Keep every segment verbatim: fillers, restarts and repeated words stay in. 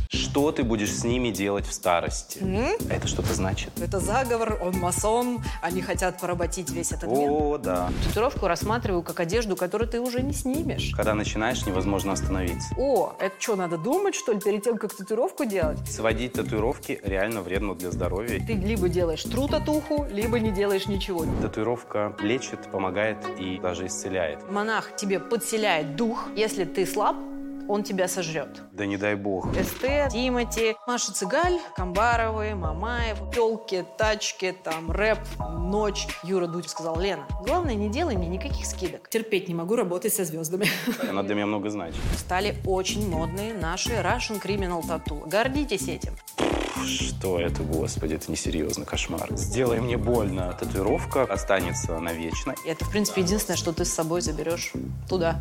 Что ты будешь с ними делать в старости? М? Это что-то значит? Это заговор, он масон, они хотят поработить весь этот мир. О, да. Татуировку рассматриваю как одежду, которую ты уже не снимешь. Когда начинаешь, невозможно остановиться. О, это что, надо думать, что ли, перед тем, как татуировку делать? Сводить татуировки реально вредно для здоровья. Ты либо делаешь тру-татуху, либо не делаешь ничего. Татуировка лечит, помогает и даже исцеляет. Монах тебе подселяет дух. Если ты слаб, он тебя сожрет. Да не дай бог. СТ, Тимати, Маша Цыгаль, Камбаровы, Мамаев, телки, тачки, там, рэп, ночь. Юра Дудь сказал: Лена, главное, не делай мне никаких скидок. Терпеть не могу работать со звездами. Она для меня много значит. Стали очень модные наши Russian Criminal Tattoo. Гордитесь этим. Что это, господи, это несерьезно, кошмар. Сделай мне больно. Татуировка останется навечно. И это, в принципе, единственное, что ты с собой заберешь туда.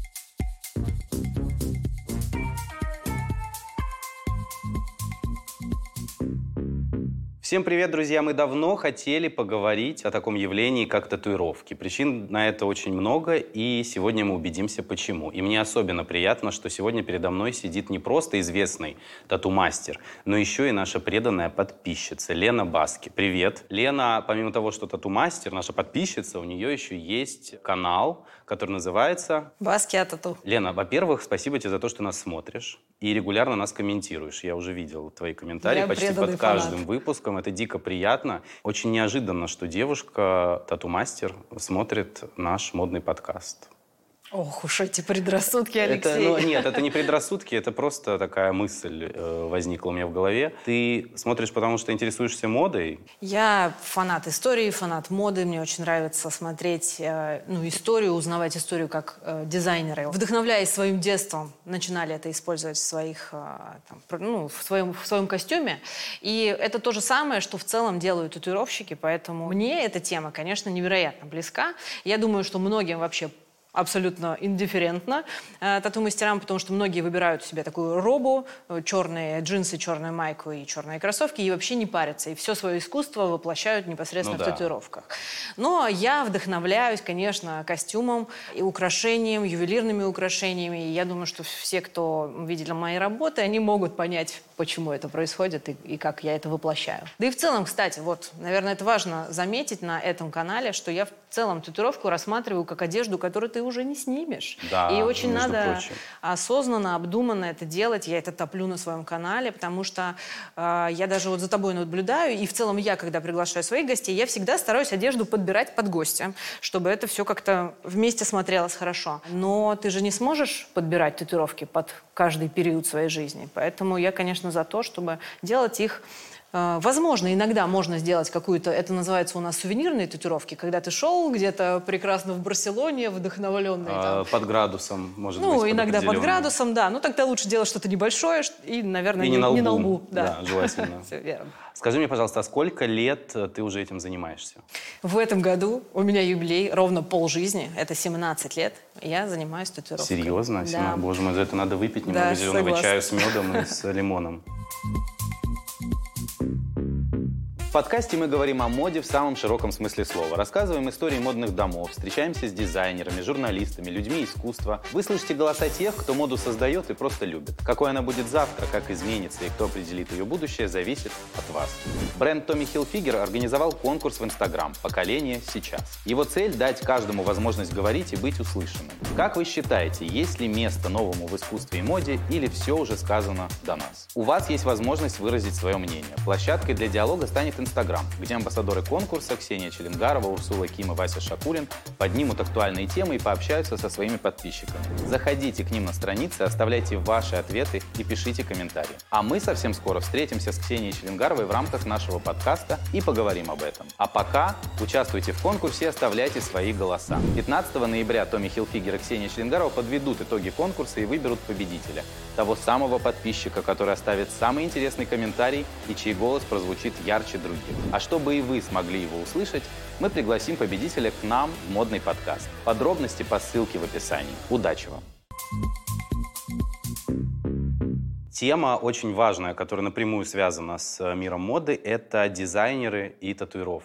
Всем привет, друзья! Мы давно хотели поговорить о таком явлении, как татуировки. Причин на это очень много, и сегодня мы убедимся, почему. И мне особенно приятно, что сегодня передо мной сидит не просто известный тату-мастер, но еще и наша преданная подписчица Лена Баски. Привет! Лена, помимо того, что тату-мастер, наша подписчица, у нее еще есть канал, который называется... Баски Тату. Лена, во-первых, спасибо тебе за то, что нас смотришь и регулярно нас комментируешь. Я уже видел твои комментарии Я почти под каждым фанат. выпуском. Это дико приятно. Очень неожиданно, что девушка, тату-мастер, смотрит наш модный подкаст. Ох уж эти предрассудки, Это, Алексей. ну, нет, это не предрассудки, это просто такая мысль э, возникла у меня в голове. Ты смотришь, потому что интересуешься модой? Я фанат истории, фанат моды. Мне очень нравится смотреть э, ну, историю, узнавать историю как э, дизайнеры. Вдохновляясь своим детством, начинали это использовать в, своих, э, там, про- ну, в, своем, в своем костюме. И это то же самое, что в целом делают татуировщики. Поэтому мне эта тема, конечно, невероятно близка. Я думаю, что многим вообще абсолютно индифферентно э, тату-мастерам, потому что многие выбирают себе такую робу, э, черные джинсы, черную майку и черные кроссовки, и вообще не парятся. И все свое искусство воплощают непосредственно Ну в да. татуировках. Но я вдохновляюсь, конечно, костюмом, и украшением, ювелирными украшениями. И я думаю, что все, кто видели мои работы, они могут понять, почему это происходит и, и как я это воплощаю. Да и в целом, кстати, вот, наверное, это важно заметить на этом канале, что я в целом татуировку рассматриваю как одежду, которую ты уже не снимешь. Да, и очень между надо прочим. осознанно, обдуманно это делать. Я это топлю на своем канале, потому что э, я даже вот за тобой наблюдаю, и в целом я, когда приглашаю своих гостей, я всегда стараюсь одежду подбирать под гостя, чтобы это все как-то вместе смотрелось хорошо. Но ты же не сможешь подбирать татуировки под каждый период своей жизни. Поэтому я, конечно, за то, чтобы делать их. Возможно, иногда можно сделать какую-то, это называется у нас сувенирные татуировки, когда ты шел где-то прекрасно в Барселоне, вдохновленный. А, там. под градусом, может Ну, быть, иногда под определенным. градусом, да. Ну, тогда лучше делать что-то небольшое и, наверное, И не на лбу. Не на лбу. Да, Да, желательно. Все верно. Скажи мне, пожалуйста, а сколько лет ты уже этим занимаешься? В этом году у меня юбилей ровно полжизни, это семнадцать лет, и я занимаюсь татуировкой. Серьезно? Да. Боже мой, за это надо выпить Да, немного зеленого согласна. чаю с медом и с лимоном. В подкасте мы говорим о моде в самом широком смысле слова. Рассказываем истории модных домов, встречаемся с дизайнерами, журналистами, людьми искусства. Вы слышите голоса тех, кто моду создает и просто любит. Какой она будет завтра, как изменится и кто определит ее будущее, зависит от вас. Бренд Tommy Hilfiger организовал конкурс в Instagram «Поколение сейчас». Его цель – дать каждому возможность говорить и быть услышанным. Как вы считаете, есть ли место новому в искусстве и моде или все уже сказано до нас? У вас есть возможность выразить свое мнение. Площадкой для диалога станет Инстаграм, где амбассадоры конкурса Ксения Челенгарова, Урсула Ким и Вася Шакулин поднимут актуальные темы и пообщаются со своими подписчиками. Заходите к ним на страницы, оставляйте ваши ответы и пишите комментарии. А мы совсем скоро встретимся с Ксенией Челенгаровой в рамках нашего подкаста и поговорим об этом. А пока участвуйте в конкурсе и оставляйте свои голоса. пятнадцатого ноября Tommy Hilfiger и Ксения Челенгарова подведут итоги конкурса и выберут победителя. Того самого подписчика, который оставит самый интересный комментарий и чей голос прозвучит ярче других. А чтобы и вы смогли его услышать, мы пригласим победителя к нам в модный подкаст. Подробности по ссылке в описании. Удачи вам! Тема очень важная, которая напрямую связана с миром моды, это дизайнеры и татуировки.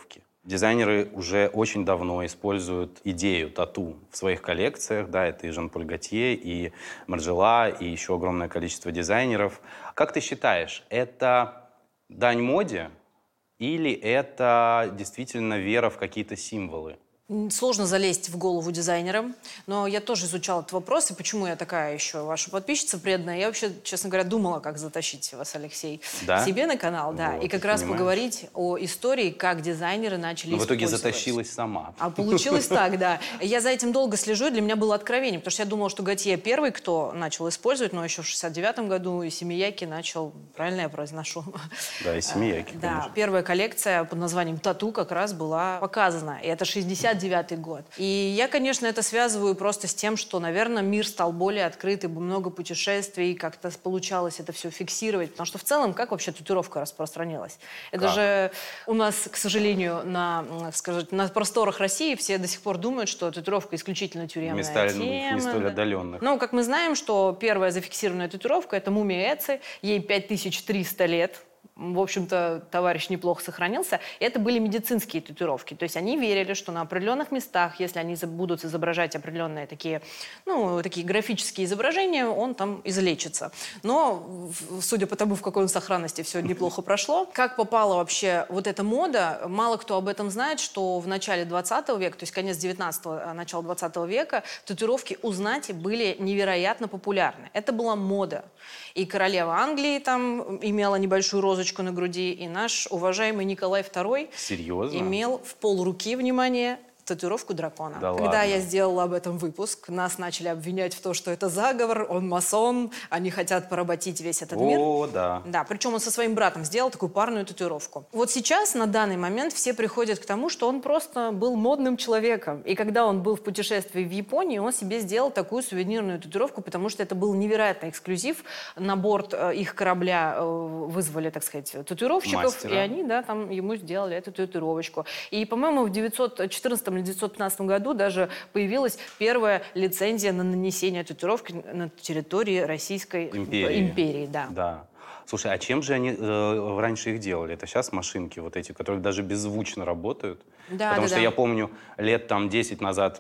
Дизайнеры уже очень давно используют идею тату в своих коллекциях. Да, это и Жан-Поль Готье, и Марджела, и еще огромное количество дизайнеров. Как ты считаешь, это дань моде или это действительно вера в какие-то символы? Сложно залезть в голову дизайнерам, но я тоже изучала этот вопрос, и почему я такая еще ваша подписчица преданная. Я вообще, честно говоря, думала, как затащить вас, Алексей, да? к себе на канал, да, вот, и как раз понимаешь? Поговорить о истории, как дизайнеры начали Но в итоге использовать. затащилась сама. А получилось так, да. Я за этим долго слежу, и для меня было откровением, потому что я думала, что Готье первый, кто начал использовать, но еще в шестьдесят девятом году и Семияки начал, правильно я произношу? Да, и Семияки, Да, конечно. первая коллекция под названием «Тату» как раз была показана, и это шестьдесят девятый год. И я, конечно, это связываю просто с тем, что, наверное, мир стал более открытый, много путешествий, как-то получалось это все фиксировать. Потому что в целом, как вообще татуировка распространилась? Это как? же у нас, к сожалению, на, скажем, на просторах России все до сих пор думают, что татуировка исключительно тюремная Места тема. не столь да. отдаленных. Ну, как мы знаем, что первая зафиксированная татуировка – это мумия Эци, ей пять тысяч триста лет. В общем-то, товарищ неплохо сохранился. Это были медицинские татуировки. То есть они верили, что на определенных местах, если они будут изображать определенные такие, ну, такие графические изображения, он там излечится. Но, судя по тому, в какой он сохранности все неплохо прошло, как попала вообще вот эта мода, мало кто об этом знает, что в начале двадцатого века, то есть конец девятнадцатого, начало двадцатого века, татуировки у знати были невероятно популярны. Это была мода. И королева Англии там имела небольшую розочку на груди, и наш уважаемый Николай второй Серьезно? имел в полруки, внимание, татуировку дракона. Да Когда ладно? я сделала об этом выпуск, нас начали обвинять в том, что это заговор, он масон, они хотят поработить весь этот мир. О, да. Да, причем он со своим братом сделал такую парную татуировку. Вот сейчас, на данный момент, все приходят к тому, что он просто был модным человеком. И когда он был в путешествии в Японии, он себе сделал такую сувенирную татуировку, потому что это был невероятный эксклюзив. На борт э, их корабля э, вызвали, так сказать, татуировщиков, Мастера. и они, да, там ему сделали эту татуировочку. И, по-моему, в девятьсот четырнадцатом или девятьсот пятнадцатом году даже появилась первая лицензия на нанесение татуировки на территории Российской Империи. империи, да. Да. Слушай, а чем же они э, раньше их делали? Это сейчас машинки вот эти, которые даже беззвучно работают? Да, Потому да, что да. я помню, лет там десять назад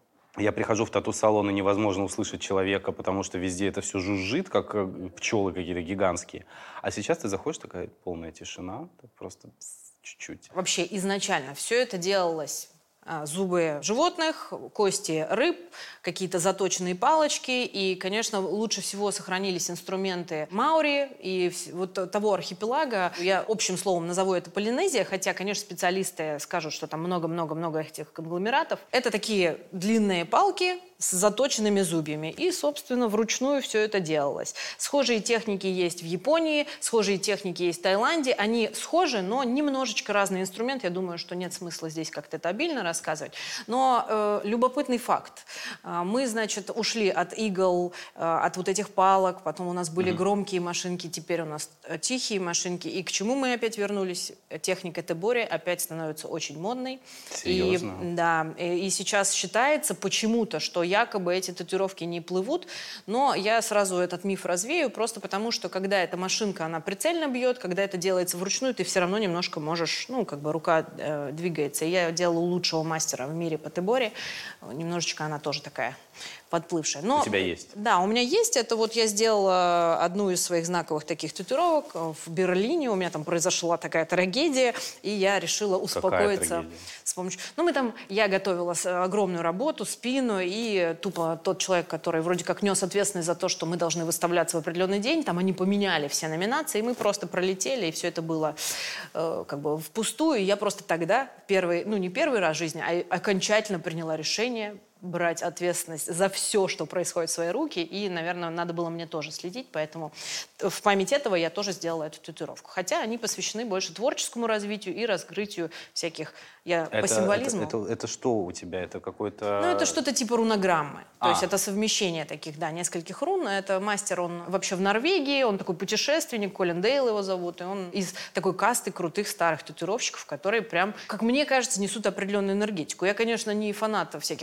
я прихожу в тату-салон, и невозможно услышать человека, потому что везде это все жужжит, как э, пчелы какие-то гигантские. А сейчас ты заходишь, такая полная тишина, так просто чуть-чуть. Вообще изначально все это делалось. А, зубы животных, кости рыб, какие-то заточенные палочки. И, конечно, лучше всего сохранились инструменты маори и вс- вот того архипелага. Я общим словом назову это Полинезия, хотя, конечно, специалисты скажут, что там много-много-много этих конгломератов. Это такие длинные палки с заточенными зубьями. И, собственно, вручную все это делалось. Схожие техники есть в Японии, схожие техники есть в Таиланде. Они схожи, но немножечко разный инструмент. Я думаю, что нет смысла здесь как-то это обильно рассказывать. Но э, любопытный факт. Э, мы, значит, ушли от игл, э, от вот этих палок, потом у нас были mm-hmm. громкие машинки, теперь у нас э, тихие машинки. И к чему мы опять вернулись? Техника тебори опять становится очень модной. Серьезно? И, да, и, и сейчас считается почему-то, что якобы эти татуировки не плывут, но я сразу этот миф развею, просто потому что, когда эта машинка, она прицельно бьет, когда это делается вручную, ты все равно немножко можешь, ну, как бы рука э, двигается. И я делала у лучшего мастера в мире по тебори, немножечко она тоже такая подплывшая. Но, у тебя есть? Да, у меня есть. Это вот я сделала одну из своих знаковых таких татуировок в Берлине. У меня там произошла такая трагедия, и я решила успокоиться с помощью... Ну, мы там... Я готовила огромную работу, спину, и тупо тот человек, который вроде как нес ответственность за то, что мы должны выставляться в определенный день, там они поменяли все номинации, и мы просто пролетели, и все это было э, как бы впустую. И я просто тогда первый, ну, не первый раз в жизни, а окончательно приняла решение брать ответственность за все, что происходит в свои руки. И, наверное, надо было мне тоже следить. Поэтому в память этого я тоже сделала эту татуировку. Хотя они посвящены больше творческому развитию и раскрытию всяких... Я это, по символизму... Это, это, это что у тебя? Это какой-то... Ну, это что-то типа рунограммы. То а. есть это совмещение таких, да, нескольких рун. Это мастер, он вообще в Норвегии, он такой путешественник, Колин Дейл его зовут. И он из такой касты крутых старых татуировщиков, которые прям, как мне кажется, несут определенную энергетику. Я, конечно, не фанат всяких марафонов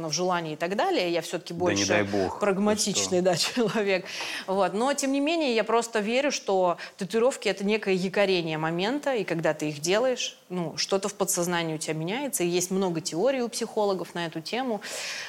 в желании и так далее. Я все-таки больше да не дай бог, прагматичный да, человек. Вот. Но, тем не менее, я просто верю, что татуировки — это некое якорение момента, и когда ты их делаешь, ну, что-то в подсознании у тебя меняется. И есть много теорий у психологов на эту тему,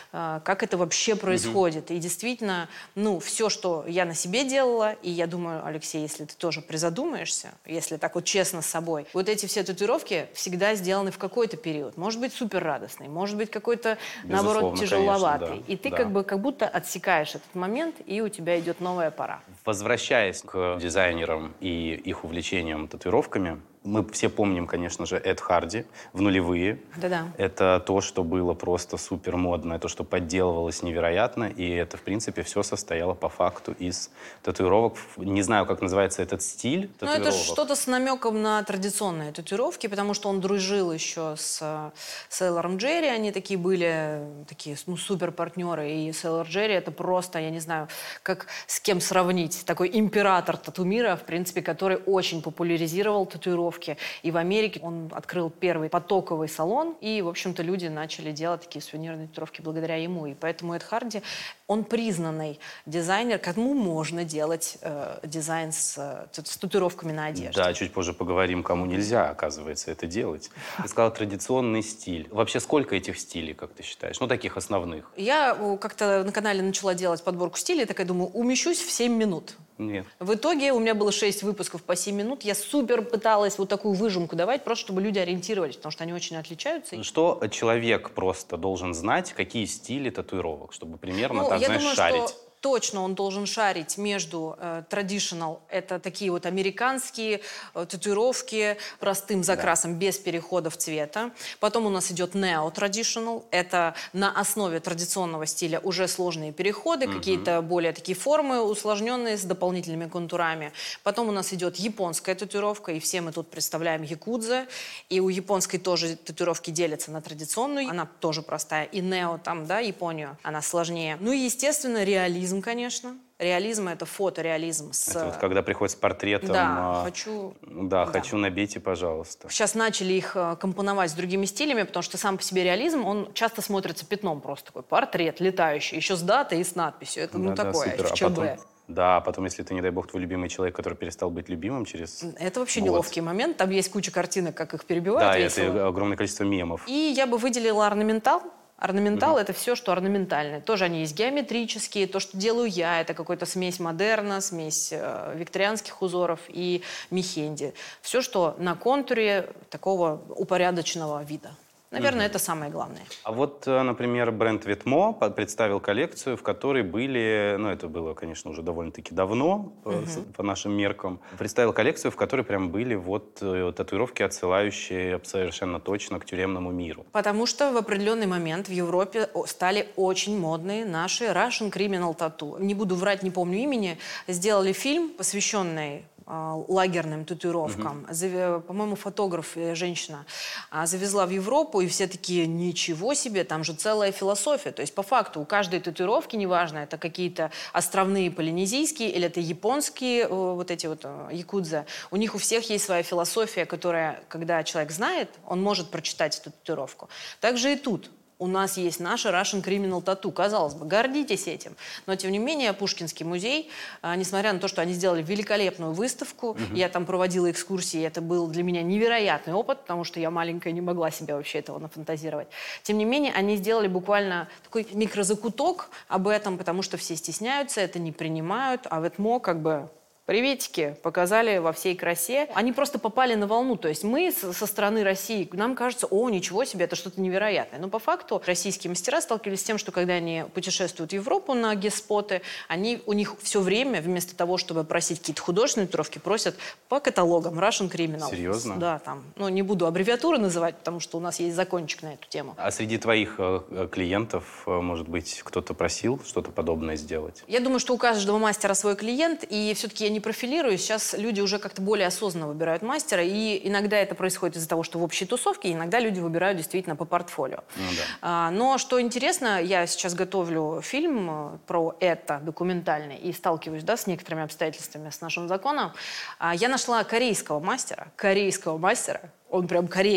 как это вообще происходит. И действительно, ну, все, что я на себе делала, и я думаю, Алексей, если ты тоже призадумаешься, если так вот честно с собой, вот эти все татуировки всегда сделаны в какой-то период. Может быть, супер радостный, может быть, какой-то, наоборот, тяжеловатый. Конечно, да. И ты да. как бы как будто отсекаешь этот момент, и у тебя идет новая пора. Возвращаясь к дизайнерам и их увлечениям татуировками, мы все помним, конечно же, Эд Харди в нулевые. Да-да. Это то, что было просто супер модно, то, что подделывалось невероятно, и это, в принципе, все состояло по факту из татуировок. Не знаю, как называется этот стиль татуировок. Ну, это что-то с намеком на традиционные татуировки, потому что он дружил еще с Сейлором Джерри, они такие были, такие, ну, супер партнеры, и Сейлор Джерри — это просто, я не знаю, как с кем сравнить, такой император тату-мира, в принципе, который очень популяризировал татуировки. И в Америке он открыл первый потоковый салон, и, в общем-то, люди начали делать такие сувенирные татуировки благодаря ему. И поэтому Эд Харди, он признанный дизайнер, кому можно делать э, дизайн с, с татуировками на одежде. Да, чуть позже поговорим, кому нельзя, оказывается, это делать. Ты сказала традиционный стиль. Вообще, сколько этих стилей, как ты считаешь? Ну, таких основных. Я как-то на канале начала делать подборку стилей, такая думаю, умещусь в семь минут. Нет. В итоге у меня было шесть выпусков по семь минут. Я супер пыталась вот такую выжимку давать, просто чтобы люди ориентировались, потому что они очень отличаются. Что человек просто должен знать, какие стили татуировок, чтобы примерно, ну, так, я знаешь, думаю, шарить? Что... Точно он должен шарить между э, traditional, это такие вот американские э, татуировки простым закрасом, да. без переходов цвета. Потом у нас идет neo-traditional, это на основе традиционного стиля уже сложные переходы, mm-hmm. какие-то более такие формы усложненные с дополнительными контурами. Потом у нас идет японская татуировка, и все мы тут представляем якудза. И у японской тоже татуировки делятся на традиционную, она тоже простая, и neo там, да, Японию, она сложнее. Ну и, естественно, реализм. Конечно. Реализм — это фотореализм. С... Это вот когда приходит с портретом. Да, а... хочу... Да, да, хочу, набейте, пожалуйста. Сейчас начали их компоновать с другими стилями, потому что сам по себе реализм, он часто смотрится пятном просто. Такой портрет летающий, еще с датой и с надписью. Это, ну, да, такое, да, эф че бэ. А потом... Да, а потом, если ты, не дай бог, твой любимый человек, который перестал быть любимым через Это вообще год. Неловкий момент. Там есть куча картинок, как их перебивают. Да, весело. это огромное количество мемов. И я бы выделила орнаментал. Орнаментал Mm-hmm. — это все, что орнаментальное. Тоже они есть геометрические, то, что делаю я, это какая-то смесь модерна, смесь э, викторианских узоров и мехенди. Все, что на контуре такого упорядоченного вида. Наверное, mm-hmm. это самое главное. А вот, например, бренд Vetmo представил коллекцию, в которой были, ну, это было, конечно, уже довольно-таки давно, mm-hmm. по, по нашим меркам, представил коллекцию, в которой прям были вот татуировки, отсылающие совершенно точно к тюремному миру. Потому что в определенный момент в Европе стали очень модные наши Russian Criminal Tattoo. Не буду врать, не помню имени. Сделали фильм, посвященный лагерным татуировкам. Mm-hmm. По-моему, фотограф, женщина, завезла в Европу, и все такие, ничего себе, там же целая философия. То есть, по факту, у каждой татуировки, неважно, это какие-то островные полинезийские или это японские, вот эти вот якудза, у них у всех есть своя философия, которая, когда человек знает, он может прочитать эту татуировку. Также и тут. У нас есть наша Russian Criminal Tattoo. Казалось бы, гордитесь этим. Но, тем не менее, Пушкинский музей, а, несмотря на то, что они сделали великолепную выставку, mm-hmm. я там проводила экскурсии, это был для меня невероятный опыт, потому что я маленькая не могла себе вообще этого нафантазировать. Тем не менее, они сделали буквально такой микрозакуток об этом, потому что все стесняются, это не принимают, а Vetmo как бы... Приветики показали во всей красе. Они просто попали на волну. То есть мы со стороны России, нам кажется, о, ничего себе, это что-то невероятное. Но по факту российские мастера сталкивались с тем, что когда они путешествуют в Европу на геспоты, они, у них все время, вместо того, чтобы просить какие-то художественные татуировки, просят по каталогам Russian Criminal. Серьезно? Да, там. Ну, не буду аббревиатуры называть, потому что у нас есть закончик на эту тему. А среди твоих э, клиентов, э, может быть, кто-то просил что-то подобное сделать? Я думаю, что у каждого мастера свой клиент, и все-таки я не профилируюсь. Сейчас люди уже как-то более осознанно выбирают мастера, и иногда это происходит из-за того, что в общей тусовке, иногда люди выбирают действительно по портфолио. Ну, да. а, но что интересно, я сейчас готовлю фильм про это, документальный, и сталкиваюсь, да, с некоторыми обстоятельствами с нашим законом. А, я нашла корейского мастера, корейского мастера, он прям кореец,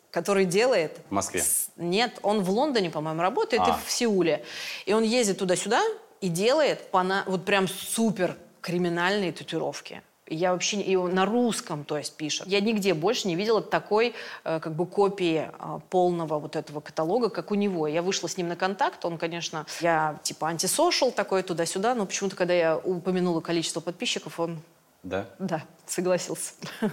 который делает... В Москве? С... Нет, он в Лондоне, по-моему, работает, а. и в Сеуле. И он ездит туда-сюда и делает пана... вот прям супер криминальные татуировки. Я вообще и на русском, то есть, пишет. Я нигде больше не видела такой, э, как бы, копии э, полного вот этого каталога, как у него. Я вышла с ним на контакт, он, конечно, я типа антисошал такой туда-сюда, но почему-то, когда я упомянула количество подписчиков, он... Да? Да, согласился.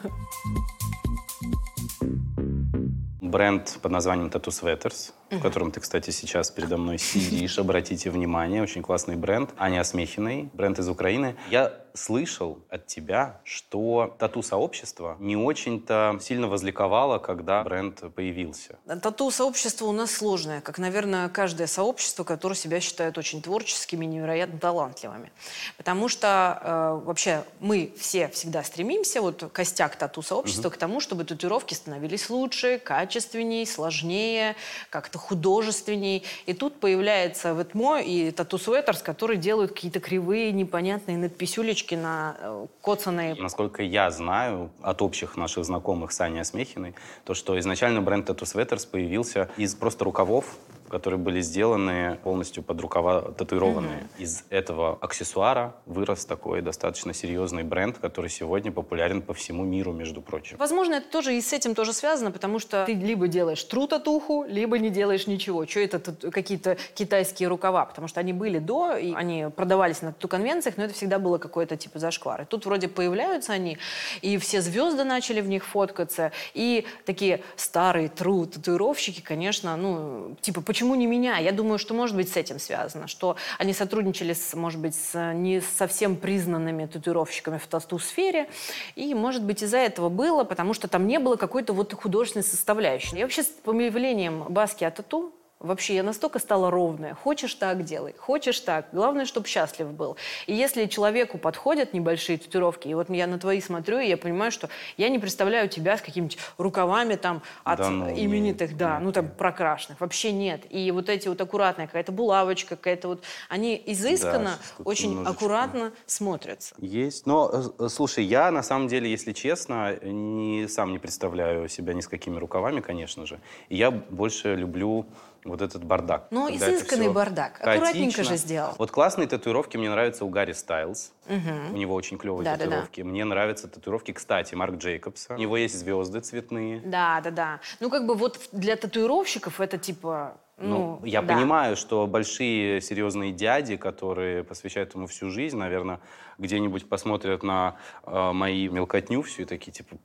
Бренд под названием Tattoo Sweaters, в котором ты, кстати, сейчас передо мной сидишь. Обратите внимание, очень классный бренд. Аня Осмехиной, бренд из Украины. Я слышал от тебя, что тату-сообщество не очень-то сильно возликовало, когда бренд появился. Тату-сообщество у нас сложное, как, наверное, каждое сообщество, которое себя считает очень творческими, невероятно талантливыми. Потому что э, вообще мы все всегда стремимся, вот костяк тату-сообщества, угу. к тому, чтобы татуировки становились лучше, качественнее, сложнее, как-то художественней. И тут появляется Ветмо и Tattoo Sweaters, которые делают какие-то кривые, непонятные надписюлечки на э, коцаные. Насколько я знаю от общих наших знакомых с Аней Осмехиной, то, что изначально бренд Tattoo Sweaters появился из просто рукавов, которые были сделаны полностью под рукава, татуированные. Mm-hmm. Из этого аксессуара вырос такой достаточно серьезный бренд, который сегодня популярен по всему миру, между прочим. Возможно, это тоже и с этим тоже связано, потому что ты либо делаешь тру-татуху, либо не делаешь ничего. Что это тут какие-то китайские рукава? Потому что они были до, и они продавались на тату-конвенциях, но это всегда было какое-то типа зашквар. И тут вроде появляются они, и все звезды начали в них фоткаться, и такие старые тру-татуировщики, конечно, ну, типа, почему не меня? Я думаю, что, может быть, с этим связано, что они сотрудничали, с, может быть, с не совсем признанными татуировщиками в тату-сфере, и, может быть, из-за этого было, потому что там не было какой-то вот художественной составляющей. Я вообще с появлением Basquiat Tattoo вообще я настолько стала ровная. Хочешь так, делай. Хочешь так. Главное, чтобы счастлив был. И если человеку подходят небольшие татуировки, и вот я на твои смотрю, и я понимаю, что я не представляю тебя с какими-нибудь рукавами там от да, ну, именитых, нет, да, нет, ну там нет. прокрашенных. Вообще нет. И вот эти вот аккуратные, какая-то булавочка, какая-то вот, они изысканно, да, очень немножечко аккуратно смотрятся. Есть. Но, слушай, я на самом деле, если честно, не, сам не представляю себя ни с какими рукавами, конечно же. И я больше люблю вот этот бардак. Ну, изысканный бардак. Аккуратненько же сделал. Вот классные татуировки мне нравятся у Гарри Стайлз. Угу. У него очень клевые да, татуировки. Да, да. Мне нравятся татуировки, кстати, Марк Джейкобса. У него есть звезды цветные. Да, да, да. Ну, как бы вот для татуировщиков это типа... Ну, ну, я да. понимаю, что большие серьезные дяди, которые посвящают ему всю жизнь, наверное, где-нибудь посмотрят на э, мои мелкотню всю и такие, типа,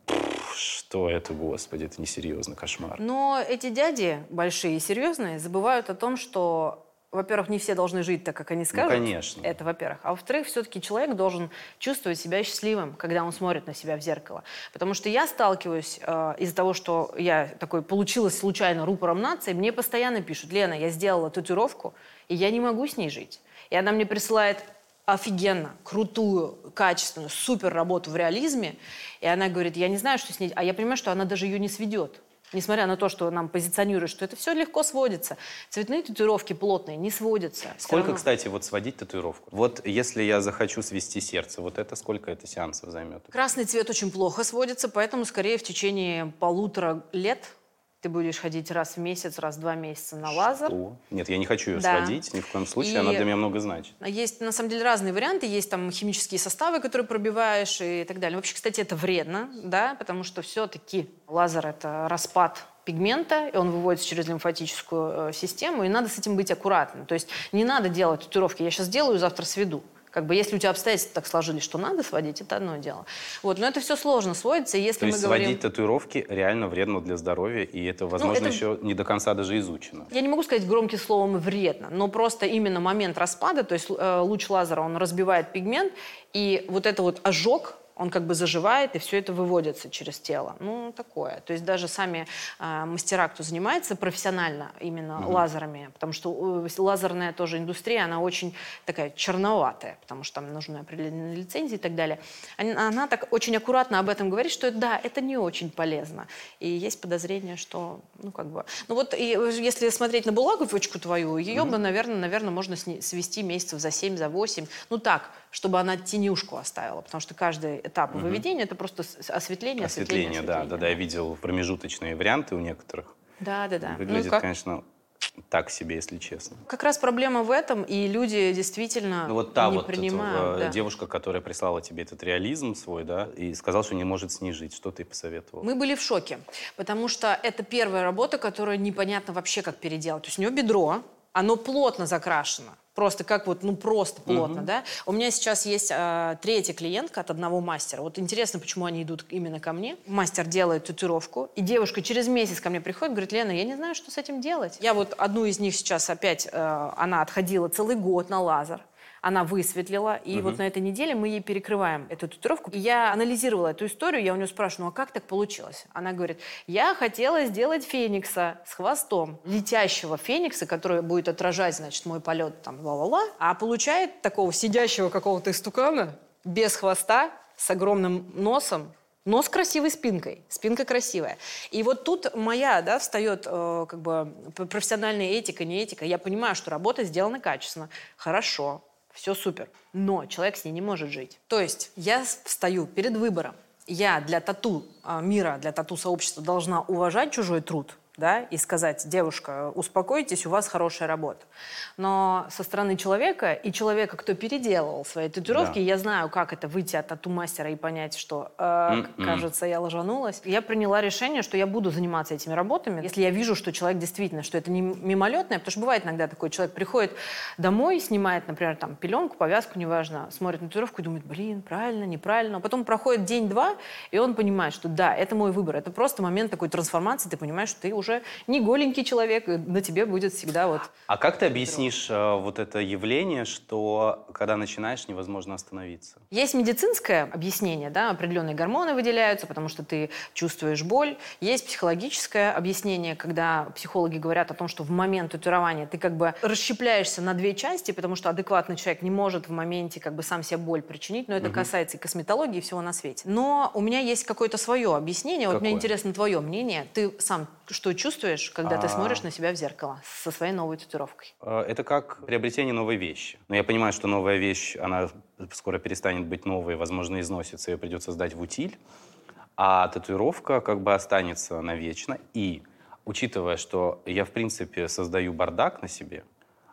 что это, господи, это несерьезно, кошмар. Но эти дяди, большие и серьезные, забывают о том, что, во-первых, не все должны жить так, как они скажут. Ну, конечно. Это, во-первых. А во-вторых, все-таки человек должен чувствовать себя счастливым, когда он смотрит на себя в зеркало. Потому что я сталкиваюсь э, из-за того, что я такой получилась случайно рупором нации, мне постоянно пишут: Лена, я сделала татуировку, и я не могу с ней жить. И она мне присылает офигенно, крутую, качественную, супер работу в реализме. И она говорит, я не знаю, что с ней... А я понимаю, что она даже ее не сведет. Несмотря на то, что нам позиционируют, что это все легко сводится. Цветные татуировки плотные не сводятся. Сколько, кстати, вот сводить татуировку? Вот если я захочу свести сердце, вот это сколько это сеансов займет? Красный цвет очень плохо сводится, поэтому скорее в течение полутора лет ты будешь ходить раз в месяц, раз в два месяца на лазер. Что? Нет, я не хочу ее да. сводить, ни в коем случае, и она для меня много значит. Есть, на самом деле, разные варианты. Есть там химические составы, которые пробиваешь и так далее. Вообще, кстати, это вредно, да, потому что все-таки лазер – это распад пигмента, и он выводится через лимфатическую э, систему, и надо с этим быть аккуратным. То есть не надо делать татуировки. Я сейчас делаю, завтра сведу. Как бы, если у тебя обстоятельства так сложились, что надо сводить, это одно дело. Вот, но это все сложно сводится. Если То мы есть говорим... сводить татуировки реально вредно для здоровья, и это, возможно, ну, это... еще не до конца даже изучено. Я не могу сказать громким словом вредно, но просто именно момент распада, то есть э, луч лазера, он разбивает пигмент, и вот это вот ожог, он как бы заживает, и все это выводится через тело. Ну, такое. То есть даже сами э, мастера, кто занимается профессионально именно mm-hmm. лазерами, потому что э, лазерная тоже индустрия, она очень такая черноватая, потому что там нужны определенные лицензии и так далее. Она, она так очень аккуратно об этом говорит, что да, это не очень полезно. И есть подозрение, что, ну, как бы... Ну, вот и, если смотреть на булавочку твою, ее mm-hmm. бы, наверное, наверное, можно свести месяцев за семь, за восемь. Ну, так, чтобы она тенюшку оставила, потому что каждый этап угу. выведения – это просто осветление, осветление, осветление. Да, да, да, я видел промежуточные варианты у некоторых. Да, да, да. Выглядит, ну, как... конечно, так себе, если честно. Как раз проблема в этом, и люди действительно ну, вот та не вот принимают. Эта, да. девушка, которая прислала тебе этот реализм свой, да, и сказала, что не может с ней жить. Что ты посоветовала? Мы были в шоке, потому что это первая работа, которую непонятно вообще, как переделать. То есть у нее бедро, оно плотно закрашено. Просто как вот, ну просто плотно, uh-huh. да. У меня сейчас есть э, третья клиентка от одного мастера. Вот интересно, почему они идут именно ко мне. Мастер делает татуировку, и девушка через месяц ко мне приходит, говорит: Лена, я не знаю, что с этим делать. Я вот одну из них сейчас опять, э, она отходила целый год на лазер. Она высветлила, и uh-huh. вот на этой неделе мы ей перекрываем эту татуировку. И я анализировала эту историю, я у нее спрашиваю: ну а как так получилось? Она говорит: я хотела сделать феникса с хвостом, летящего феникса, который будет отражать, значит, мой полет, там, ла-ла-ла, а получает такого сидящего какого-то истукана, без хвоста, с огромным носом, но с красивой спинкой. Спинка красивая. И вот тут моя, да, встает э, как бы профессиональная этика, не этика. Я понимаю, что работа сделана качественно, хорошо. Все супер. Но человек с ней не может жить. То есть я встаю перед выбором. Я для тату мира, для тату-сообщества должна уважать чужой труд, да, и сказать: девушка, успокойтесь, у вас хорошая работа. Но со стороны человека, и человека, кто переделывал свои татуировки, да. я знаю, как это выйти от тату-мастера и понять, что, э, mm-hmm. кажется, я ложанулась. Я приняла решение, что я буду заниматься этими работами, если я вижу, что человек действительно, что это не мимолетное, потому что бывает иногда такой человек приходит домой, снимает, например, там, пеленку, повязку, неважно, смотрит на татуировку и думает: блин, правильно, неправильно. А потом проходит день-два, и он понимает, что да, это мой выбор. Это просто момент такой трансформации, ты понимаешь, что ты уже не голенький человек, и на тебе будет всегда вот... А как ты объяснишь э, вот это явление, что когда начинаешь, невозможно остановиться? Есть медицинское объяснение, да, определенные гормоны выделяются, потому что ты чувствуешь боль. Есть психологическое объяснение, когда психологи говорят о том, что в момент татуирования ты как бы расщепляешься на две части, потому что адекватный человек не может в моменте как бы сам себе боль причинить, но это угу. касается и косметологии, и всего на свете. Но у меня есть какое-то свое объяснение. Какое? Вот мне интересно твое мнение. Ты сам что чувствуешь, когда а... ты смотришь на себя в зеркало со своей новой татуировкой? Это как приобретение новой вещи. Но я понимаю, что новая вещь, она скоро перестанет быть новой, возможно, износится, ее придется сдать в утиль. А татуировка как бы останется навечно. И, учитывая, что я, в принципе, создаю бардак на себе,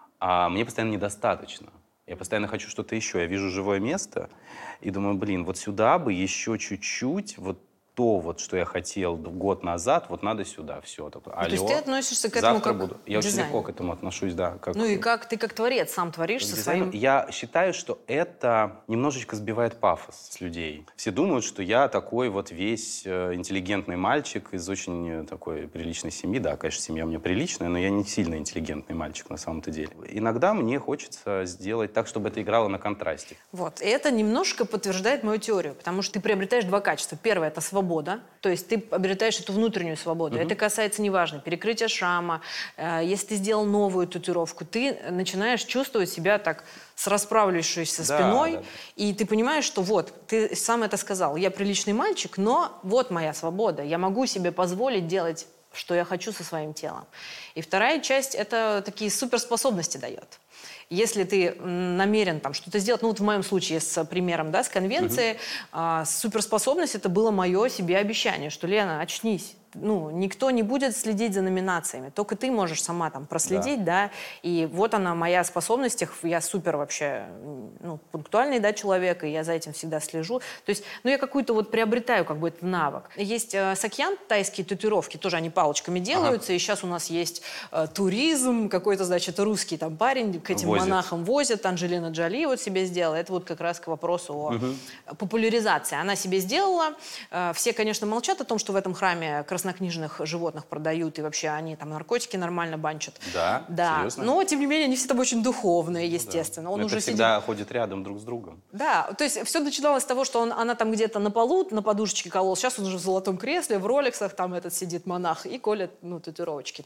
а мне постоянно недостаточно. Я постоянно хочу что-то еще. Я вижу живое место и думаю: блин, вот сюда бы еще чуть-чуть, вот то, вот, что я хотел год назад, вот надо сюда, все. Такое, то есть ты относишься к этому как буду. Я дизайн. очень легко к этому отношусь, да. Как, ну и как ты как творец сам творишь со своим... Я считаю, что это немножечко сбивает пафос с людей. Все думают, что я такой вот весь э, интеллигентный мальчик из очень такой приличной семьи. Да, конечно, семья у меня приличная, но я не сильно интеллигентный мальчик на самом-то деле. Иногда мне хочется сделать так, чтобы это играло на контрасте. Вот. И это немножко подтверждает мою теорию, потому что ты приобретаешь два качества. Первое — это свобода. Свобода, то есть ты обретаешь эту внутреннюю свободу. Uh-huh. Это касается, неважно, перекрытия шрама. Э, если ты сделал новую татуировку, ты начинаешь чувствовать себя так с расправившейся да, спиной, да. и ты понимаешь, что вот, ты сам это сказал, я приличный мальчик, но вот моя свобода, я могу себе позволить делать, что я хочу со своим телом. И вторая часть — это такие суперспособности дает. Если ты намерен там что-то сделать, ну вот в моем случае с примером, да, с конвенцией, угу. а, суперспособность — это было мое себе обещание, что: Лена, очнись. Ну, никто не будет следить за номинациями, только ты можешь сама там проследить, да, да и вот она, моя способность, я супер вообще, ну, пунктуальный, да, человек, и я за этим всегда слежу, то есть, ну, я какую-то вот приобретаю как бы этот навык. Есть э, сакьян, тайские татуировки, тоже они палочками делаются, ага. и сейчас у нас есть э, туризм, какой-то, значит, русский там парень к этим возит. монахам возит, Анджелина Джоли вот себе сделала, это вот как раз к вопросу о угу. популяризации. Она себе сделала, э, все, конечно, молчат о том, что в этом храме краснокнижных животных продают, и вообще они там наркотики нормально банчат. Да? Да. Серьезно? Но, тем не менее, они все там очень духовные, естественно. Ну, да. Он Но уже это всегда сидит... ходит рядом друг с другом. Да, то есть все начиналось с того, что он, она там где-то на полу, на подушечке колол. Сейчас он уже в золотом кресле, в роликсах, там этот сидит монах и колет, ну, татуировочки туристам.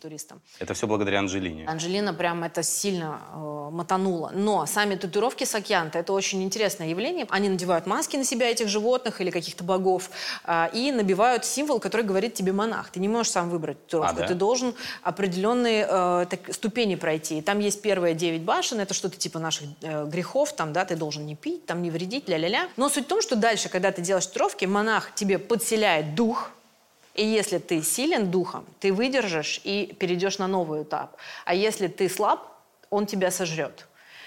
Это все благодаря Анджелине. Анджелина прям это сильно э, мотанула. Но сами татуировки Сакьянта — это очень интересное явление. Они надевают маски на себя этих животных или каких-то богов э, и набивают символ, который говорит тебе монах. Ты не можешь сам выбрать татуировку. А, да? Ты должен определенные э, так, ступени пройти. И там есть первые девять башен, это что-то типа наших э, грехов. Там, да, ты должен не пить, там, не вредить, ля-ля-ля. Но суть в том, что дальше, когда ты делаешь татуировки, монах тебе подселяет дух. И если ты силен духом, ты выдержишь и перейдешь на новый этап. А если ты слаб, он тебя сожрет.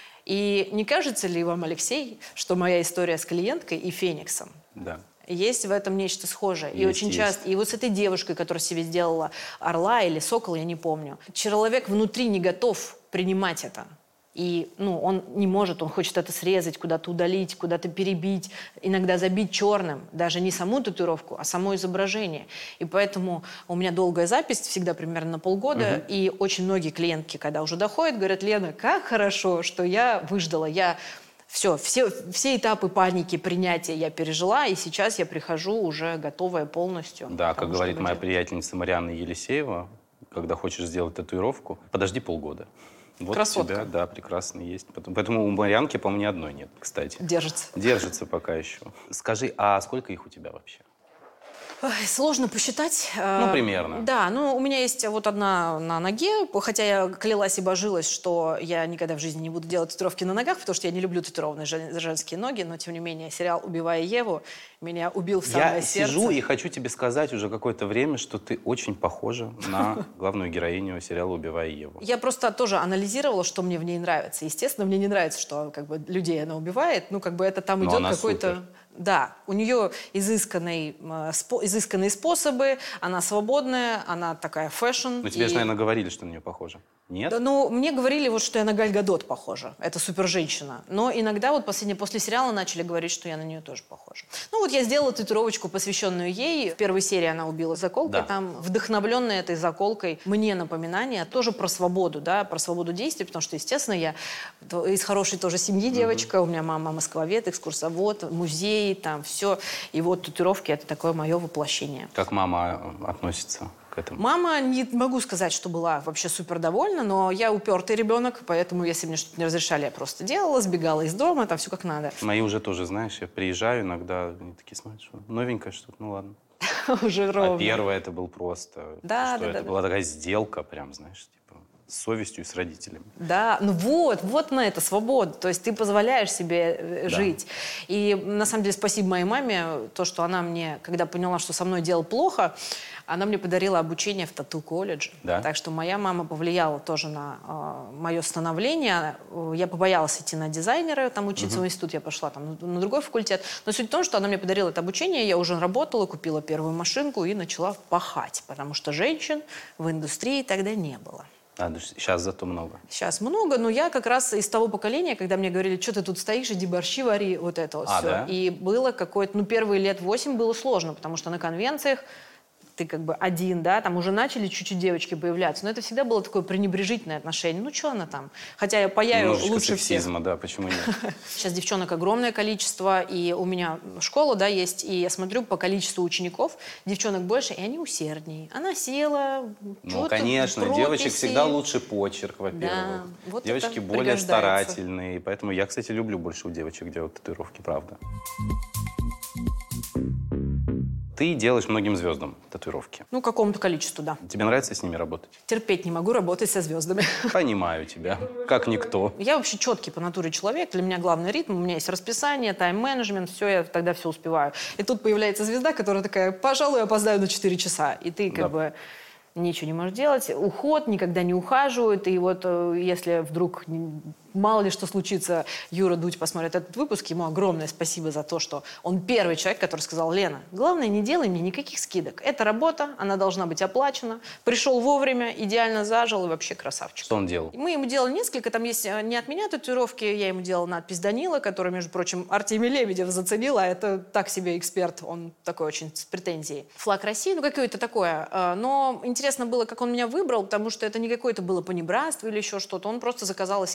И не кажется ли вам, Алексей, что моя история с клиенткой и Фениксом? Да. Есть в этом нечто схожее. Есть, и очень есть. часто, и вот с этой девушкой, которая себе сделала орла или сокола, я не помню, человек внутри не готов принимать это. И ну, он не может, он хочет это срезать, куда-то удалить, куда-то перебить, иногда забить черным. Даже не саму татуировку, а само изображение. И поэтому у меня долгая запись, всегда примерно на полгода. Угу. И очень многие клиентки, когда уже доходят, говорят: Лена, как хорошо, что я выждала. Я все, все, все этапы паники, принятия я пережила, и сейчас я прихожу уже готовая полностью. Да, как говорит моя приятельница Марианна Елисеева, когда хочешь сделать татуировку, подожди полгода. Вот красотка. У тебя, да, прекрасно есть. Поэтому у Марьянки, по-моему, ни одной нет, кстати. Держится. Держится пока еще. Скажи, а сколько их у тебя вообще? Ой, сложно посчитать. Ну, примерно. Да, ну, у меня есть вот одна на ноге, хотя я клялась и божилась, что я никогда в жизни не буду делать татуировки на ногах, потому что я не люблю татуированные женские ноги, но, тем не менее, сериал «Убивая Еву» меня убил в самое я сердце. Я сижу и хочу тебе сказать уже какое-то время, что ты очень похожа на главную героиню сериала «Убивая Еву». Я просто тоже анализировала, что мне в ней нравится. Естественно, мне не нравится, что как бы людей она убивает. Ну, как бы это там идет какой-то... Да, у нее изысканные, изысканные способы, она свободная, она такая фэшн. Но тебе и... же, наверное, говорили, что на нее похожа. Нет? Да, ну, мне говорили, вот, что я на Галь Гадот похожа. Это супер-женщина. Но иногда вот последнее, после сериала начали говорить, что я на нее тоже похожа. Ну вот я сделала татуировочку, посвященную ей. В первой серии она убила заколкой. Да. Там, вдохновленная этой заколкой, мне напоминание тоже про свободу, да, про свободу действий, потому что, естественно, я из хорошей тоже семьи девочка. Угу. У меня мама москвовед, экскурсовод, музей, там все. И вот татуировки — это такое мое воплощение. Как мама относится к этому? Мама, не могу сказать, что была вообще супер довольна, но я упертый ребенок, поэтому если мне что-то не разрешали, я просто делала, сбегала из дома, там все как надо. Мои уже тоже, знаешь, я приезжаю иногда, они такие смотрят, что новенькое что-то, ну ладно. Уже ровно. А первое это был просто, да, что да, это да, была да. такая сделка прям, знаешь, типа с совестью и с родителями. Да, ну вот, вот на это свобода. То есть ты позволяешь себе да. жить. И на самом деле спасибо моей маме, то, что она мне, когда поняла, что со мной дело плохо, она мне подарила обучение в тату-колледже. Да? Так что моя мама повлияла тоже на э, мое становление. Я побоялась идти на дизайнера, там учиться угу. в институт, я пошла там на другой факультет. Но суть в том, что она мне подарила это обучение, я уже работала, купила первую машинку и начала пахать, потому что женщин в индустрии тогда не было. А, сейчас зато много. Сейчас много, но я как раз из того поколения, когда мне говорили, что ты тут стоишь, иди борщи вари, вот это вот а, все. Да? И было какое-то, ну, первые лет восемь было сложно, потому что на конвенциях ты как бы один, да, там уже начали чуть-чуть девочки появляться, но это всегда было такое пренебрежительное отношение. Ну, что она там? Хотя я паяю Немножечко лучше всех. сексизма, да, почему нет? Сейчас девчонок огромное количество, и у меня школа, да, есть, и я смотрю по количеству учеников, девчонок больше, и они усерднее. Она села, ну, конечно, прописи. Девочек всегда лучше почерк, во-первых. Да, вот девочки более старательные, поэтому я, кстати, люблю больше у девочек делать татуировки, правда. Ты делаешь многим звездам татуировки. Ну, какому-то количеству, да. Тебе нравится с ними работать? Терпеть не могу работать со звездами. Понимаю тебя, как никто. Я вообще четкий по натуре человек. Для меня главный ритм. У меня есть расписание, тайм-менеджмент, все, я тогда все успеваю. И тут появляется звезда, которая такая, пожалуй, опоздаю на четыре часа. И ты как да. бы ничего не можешь делать. Уход, никогда не ухаживают. И вот если вдруг... Мало ли что случится, Юра Дудь посмотрит этот выпуск, ему огромное спасибо за то, что он первый человек, который сказал: Лена, главное, не делай мне никаких скидок. Это работа, она должна быть оплачена. Пришел вовремя, идеально зажил и вообще красавчик. Что он делал? Мы ему делали несколько, там есть не от меня татуировки, я ему делала надпись Данила, которую, между прочим, Артемий Лебедев заценил, а это так себе эксперт, он такой очень с претензией. Флаг России, ну какое-то такое. Но интересно было, как он меня выбрал, потому что это не какое-то было понебратство или еще что-то, он просто заказал эскизы у нескольких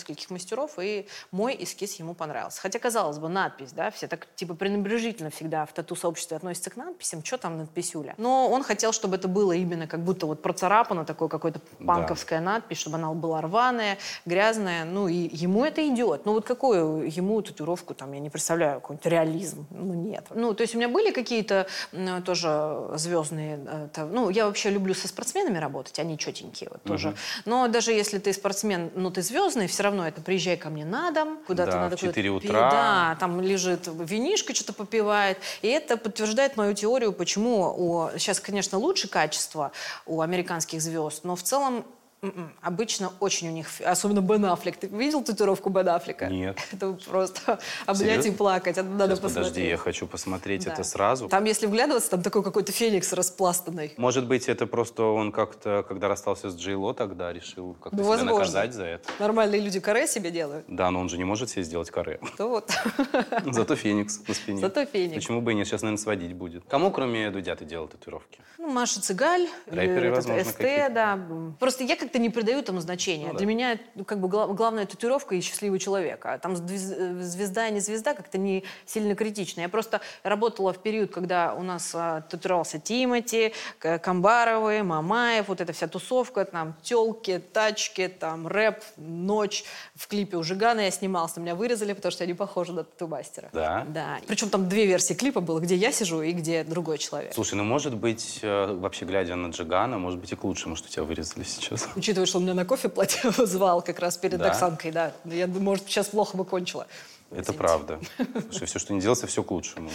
нескольких мастеров, и мой эскиз ему понравился. Хотя, казалось бы, надпись, да, все так типа пренебрежительно всегда в тату-сообществе относятся к надписям, что там надписюля. Но он хотел, чтобы это было именно как будто вот процарапано, такое какое-то панковская да. надпись, чтобы она была рваная, грязная, ну и ему это идет. Ну вот какую ему татуировку, там, я не представляю, какой-нибудь реализм, ну нет. Ну, то есть у меня были какие-то э, тоже звездные, э, то, ну, я вообще люблю со спортсменами работать, они четенькие вот, тоже. Uh-huh. Но даже если ты спортсмен, ну, ты звездный, все равно это приезжай ко мне на дом, куда-то да, надо... в четыре утра. Да, там лежит винишко, что-то попивает. И это подтверждает мою теорию, почему у... Сейчас, конечно, лучше качество у американских звезд, но в целом обычно очень у них, особенно Бен Аффлек. Ты видел татуировку Бен Аффлека? Нет. Это просто облять и плакать. Это надо Сейчас, посмотреть. подожди, я хочу посмотреть да. это сразу. Там, если вглядываться, там такой какой-то феникс распластанный. Может быть, это просто он как-то, когда расстался с Джей Ло, тогда решил как-то ну, себя наказать за это. Нормальные люди каре себе делают. Да, но он же не может себе сделать каре. То вот. Зато феникс на спине. Зато феникс. Почему бы и нет? Сейчас, наверное, сводить будет. Кому, кроме Дудя, ты делал татуировки? Ну, Маша Цыгаль. Рэперы, возможно, эс тэ, да. Просто я как-то не придаю тому значения. Ну, Для да. меня ну, как бы гла- главная татуировка и счастливый человек. А там звезда и не звезда как-то не сильно критично. Я просто работала в период, когда у нас а, татуировался Тимати, Камбаровы, Мамаев, вот эта вся тусовка, там, тёлки, тачки, там, рэп, ночь. В клипе у Жигана я снималась, меня вырезали, потому что я не похожа на тату-мастера. Да? Да. Причем там две версии клипа было, где я сижу и где другой человек. Слушай, ну может быть, вообще глядя на Джигана, может быть и к лучшему, что тебя вырезали сейчас. Учитывая, что он меня на кофе платил, звал как раз перед да? Оксанкой, да. Я думаю, может, сейчас плохо бы кончила. Это Извините. правда. Слушай, все, что не делается, все к лучшему.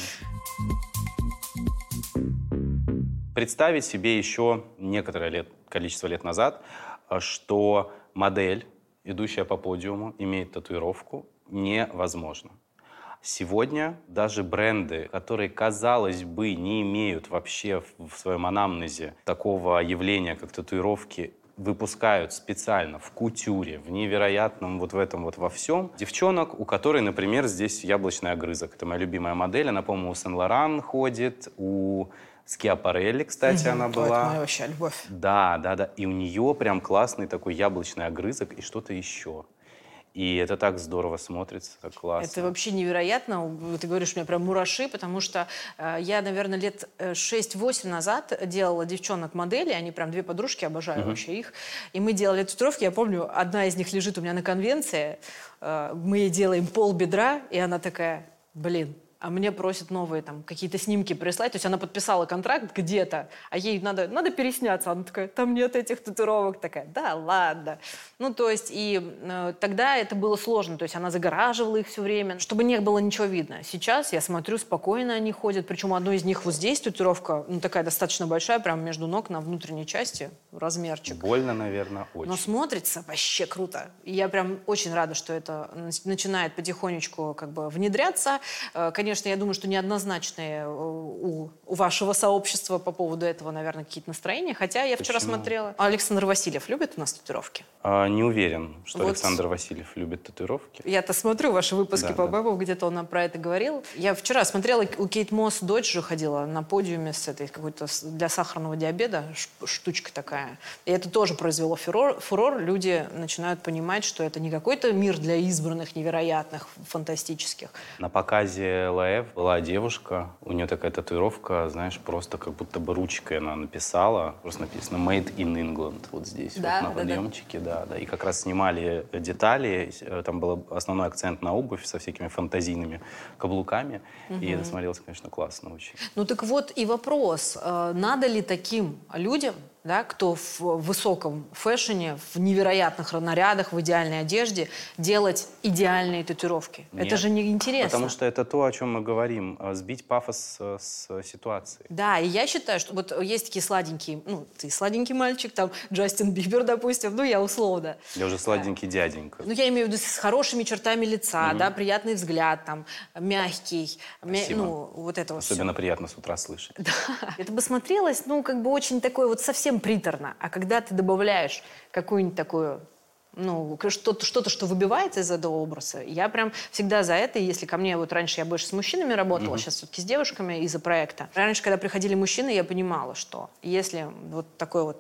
Представить себе еще некоторое лет, количество лет назад, что модель, идущая по подиуму, имеет татуировку, невозможно. Сегодня даже бренды, которые, казалось бы, не имеют вообще в своем анамнезе такого явления, как татуировки, выпускают специально в кутюре, в невероятном вот в этом вот во всем. Девчонок, у которой, например, здесь яблочный огрызок. Это моя любимая модель. Она, по-моему, у Сен-Лоран ходит, у Скиапарелли, кстати, угу. она была. Это моя вообще любовь. Да, да, да. И у нее прям классный такой яблочный огрызок и что-то еще. И это так здорово смотрится, так классно. Это вообще невероятно. Ты говоришь, у меня прям мураши, потому что э, я, наверное, лет шесть-восемь назад делала девчонок-модели, они прям две подружки, обожаю uh-huh. вообще их. И мы делали татуировки, я помню, одна из них лежит у меня на конвенции, э, мы ей делаем пол бедра, и она такая, блин, а мне просят новые там какие-то снимки прислать. То есть она подписала контракт где-то, а ей надо, надо пересняться. Она такая, там нет этих татуировок. Такая, да ладно. Ну, то есть, и э, тогда это было сложно. То есть она загораживала их все время, чтобы не было ничего видно. Сейчас я смотрю, спокойно они ходят. Причем у одной из них вот здесь татуировка, ну, такая достаточно большая, прям между ног на внутренней части, размерчик. Больно, наверное, очень. Но смотрится вообще круто. И я прям очень рада, что это начинает потихонечку как бы внедряться. Конечно, Конечно, я думаю, что неоднозначные у, у вашего сообщества по поводу этого, наверное, какие-то настроения. Хотя я вчера Почему? смотрела. Александр Васильев любит у нас татуировки? А, не уверен, что вот. Александр Васильев любит татуировки. Я-то смотрю ваши выпуски да, по да. Бэбу, где-то он про это говорил. Я вчера смотрела, у Кейт Мосс дочь же ходила на подиуме с этой какой-то для сахарного диабета, штучка такая. И это тоже произвело фурор. фурор. Люди начинают понимать, что это не какой-то мир для избранных, невероятных, фантастических. На показе ЛАЭВ была девушка, у нее такая татуировка, знаешь, просто как будто бы ручкой она написала, просто написано «Made in England» вот здесь, да, вот на да, подъемчике, да. Да, да. И как раз снимали детали, там был основной акцент на обувь со всякими фантазийными каблуками, угу. и это смотрелось, конечно, классно очень. Ну так вот и вопрос, надо ли таким людям, да, кто в высоком фэшне, в невероятных нарядах, в идеальной одежде, делать идеальные татуировки. Нет, это же неинтересно. Потому что это то, о чем мы говорим, сбить пафос с ситуации. Да, и я считаю, что вот есть такие сладенькие, ну, ты сладенький мальчик, там, Джастин Бибер, допустим, ну, я условно. Я уже сладенький да. дяденька. Ну, я имею в виду с хорошими чертами лица, mm-hmm. да, приятный взгляд, там, мягкий, мя... ну, вот это вот Особенно все. Приятно с утра слышать. Да, это бы смотрелось, ну, как бы очень такое вот совсем приторно. А когда ты добавляешь какую-нибудь такую, ну, что-то, что-то, что выбивается из этого образа, я прям всегда за это. И если ко мне, вот раньше я больше с мужчинами работала, mm-hmm. сейчас все-таки с девушками из-за проекта. Раньше, когда приходили мужчины, я понимала, что если вот такой вот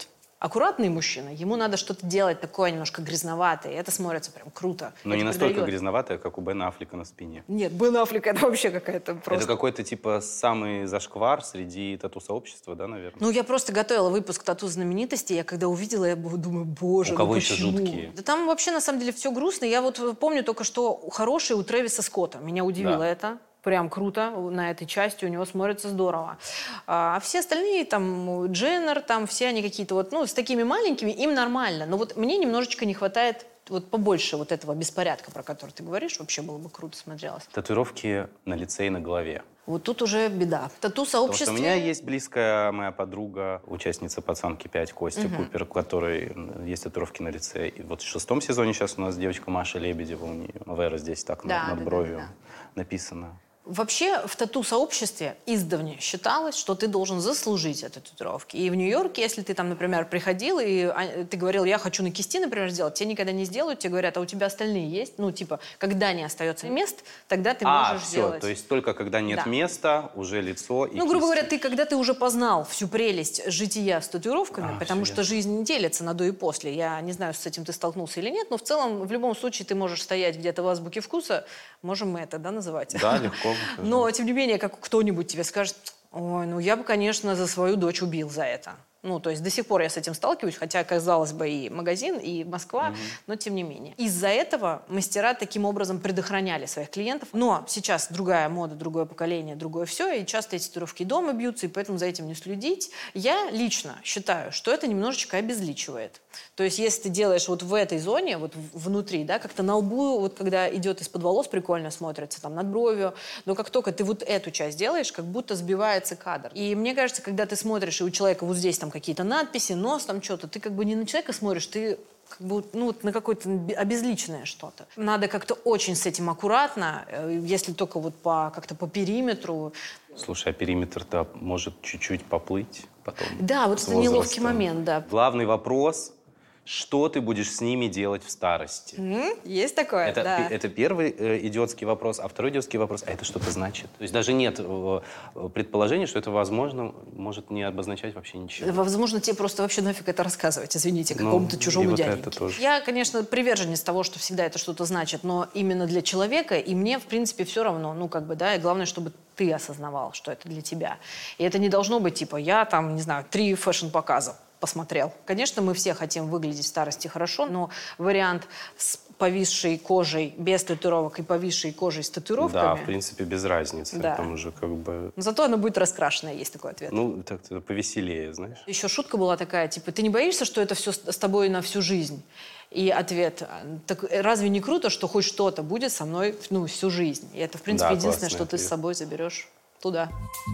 аккуратный мужчина, ему надо что-то делать такое немножко грязноватое, и это смотрится прям круто. Но это не настолько придает. грязноватое, как у Бена Аффлека на спине. Нет, Бен Аффлек это вообще какая-то просто... Это какой-то типа самый зашквар среди тату-сообщества, да, наверное? Ну, я просто готовила выпуск «Тату-знаменитости», я когда увидела, я думаю, боже, У кого ну еще почему? жуткие? Да там вообще, на самом деле, все грустно. Я вот помню только, что хороший у Трэвиса Скотта. Меня удивило Да. это. Прям круто. На этой части у него смотрится здорово. А все остальные, там, Дженнер, там, все они какие-то вот, ну, с такими маленькими, им нормально. Но вот мне немножечко не хватает вот побольше вот этого беспорядка, про который ты говоришь. Вообще было бы круто смотрелось. Татуировки на лице и на голове. Вот тут уже беда. В Потому тату-сообществе... что у меня есть близкая моя подруга, участница «Пацанки пять», Костя Мгм. Купер, у которой есть татуировки на лице. И вот в шестом сезоне сейчас у нас девочка Маша Лебедева, у нее Вера здесь так Да, над, над да, да, бровью да, написано. Вообще в тату-сообществе издавна считалось, что ты должен заслужить эту татуировку. И в Нью-Йорке, если ты там, например, приходил, и а, ты говорил, я хочу на кисти, например, сделать, тебе никогда не сделают, тебе говорят, а у тебя остальные есть? Ну, типа, когда не остается мест, тогда ты А, можешь все, сделать. то есть только когда нет Да. места, уже лицо и Ну, грубо кисти. говоря, ты когда ты уже познал всю прелесть жития с татуировками, А, потому всё что ясно. жизнь не делится на до и после. Я не знаю, с этим ты столкнулся или нет, но в целом, в любом случае, ты можешь стоять где-то в азбуке вкуса, можем мы это, да, называть? Да, легко. Но, тем не менее, как кто-нибудь тебе скажет, ой, ну я бы, конечно, за свою дочь убил за это. Ну, то есть до сих пор я с этим сталкиваюсь, хотя, казалось бы, и магазин, и Москва, Мгм. но тем не менее. Из-за этого мастера таким образом предохраняли своих клиентов. Но сейчас другая мода, другое поколение, другое все, и часто эти татуировки дома бьются, и поэтому за этим не следить. Я лично считаю, что это немножечко обезличивает. То есть если ты делаешь вот в этой зоне, вот в- внутри, да, как-то на лбу, вот когда идет из-под волос, прикольно смотрится, там, над бровью, но как только ты вот эту часть делаешь, как будто сбивается кадр. И мне кажется, когда ты смотришь, и у человека вот здесь там какие-то надписи, нос там что-то, ты как бы не на человека смотришь, ты как бы, ну, вот на какое-то обезличенное что-то. Надо как-то очень с этим аккуратно, э, если только вот по, как-то по периметру. Слушай, а периметр-то может чуть-чуть поплыть потом. Да, вот с это неловкий возрастом. момент, да. Главный вопрос, что ты будешь с ними делать в старости? М, Есть такое, Это, да. пе- это первый э, идиотский вопрос, а второй идиотский вопрос, а это что-то значит? То есть даже нет э, э, предположения, что это, возможно, может не обозначать вообще ничего. Возможно, тебе просто вообще нафиг это рассказывать, извините, Ну, какому-то и чужому вот дяденьке. это тоже. Я, конечно, приверженец того, что всегда это что-то значит, но именно для человека, и мне, в принципе, все равно, ну, как бы, да, и главное, чтобы ты осознавал, что это для тебя. И это не должно быть, типа, я там, не знаю, три фэшн-показа посмотрел. Конечно, мы все хотим выглядеть в старости хорошо, но вариант с повисшей кожей без татуировок и повисшей кожей с татуировками... Да, в принципе, без разницы. Да. Там уже как бы, Но зато она будет раскрашенная, есть такой ответ. ну, так-то повеселее, знаешь. Еще шутка была такая, типа, ты не боишься, что это все с с тобой на всю жизнь? И ответ, так разве не круто, что хоть что-то будет со мной, ну, всю жизнь? И это, в принципе, Да, единственное, классный что ты с ответ. собой заберешь туда.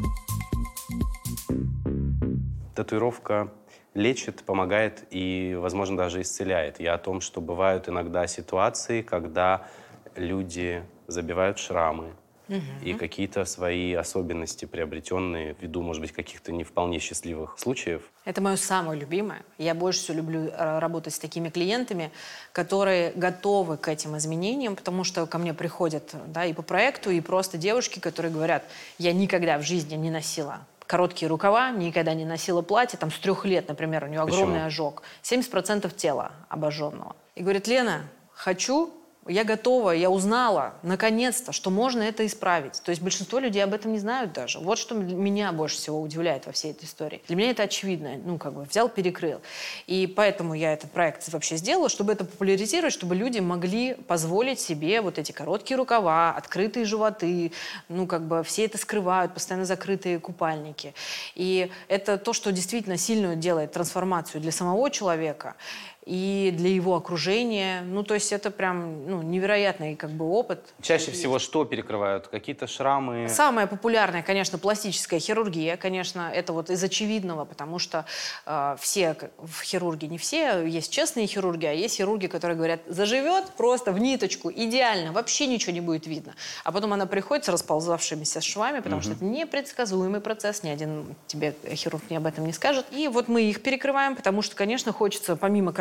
Татуировка лечит, помогает и, возможно, даже исцеляет. Я о том, что бывают иногда ситуации, когда люди забивают шрамы и какие-то свои особенности, приобретенные ввиду, может быть, каких-то не вполне счастливых случаев. Это мое самое любимое. Я больше всего люблю э, работать с такими клиентами, которые готовы к этим изменениям, потому что ко мне приходят, да, и по проекту, и просто девушки, которые говорят, я никогда в жизни не носила короткие рукава, никогда не носила платье, там с трех лет, например, у нее огромный Почему? ожог, семьдесят процентов тела обожженного. И говорит, Лена, хочу, я готова, я узнала, наконец-то, что можно это исправить. То есть большинство людей об этом не знают даже. Вот что меня больше всего удивляет во всей этой истории. Для меня это очевидно. Ну, как бы взял, перекрыл. И поэтому я этот проект вообще сделала, чтобы это популяризировать, чтобы люди могли позволить себе вот эти короткие рукава, открытые животы, ну, как бы все это скрывают, постоянно закрытые купальники. И это то, что действительно сильную делает трансформацию для самого человека и для его окружения. Ну, то есть это прям ну, невероятный как бы опыт. Чаще всего что перекрывают? Какие-то шрамы? Самая популярная, конечно, пластическая хирургия, конечно, это вот из очевидного, потому что э, все к- в хирургии, не все, есть честные хирурги, а есть хирурги, которые говорят, заживет просто в ниточку, идеально, вообще ничего не будет видно. А потом она приходит с расползавшимися швами, потому что это непредсказуемый процесс, ни один тебе хирург мне об этом не скажет. И вот мы их перекрываем, потому что, конечно, хочется помимо красивого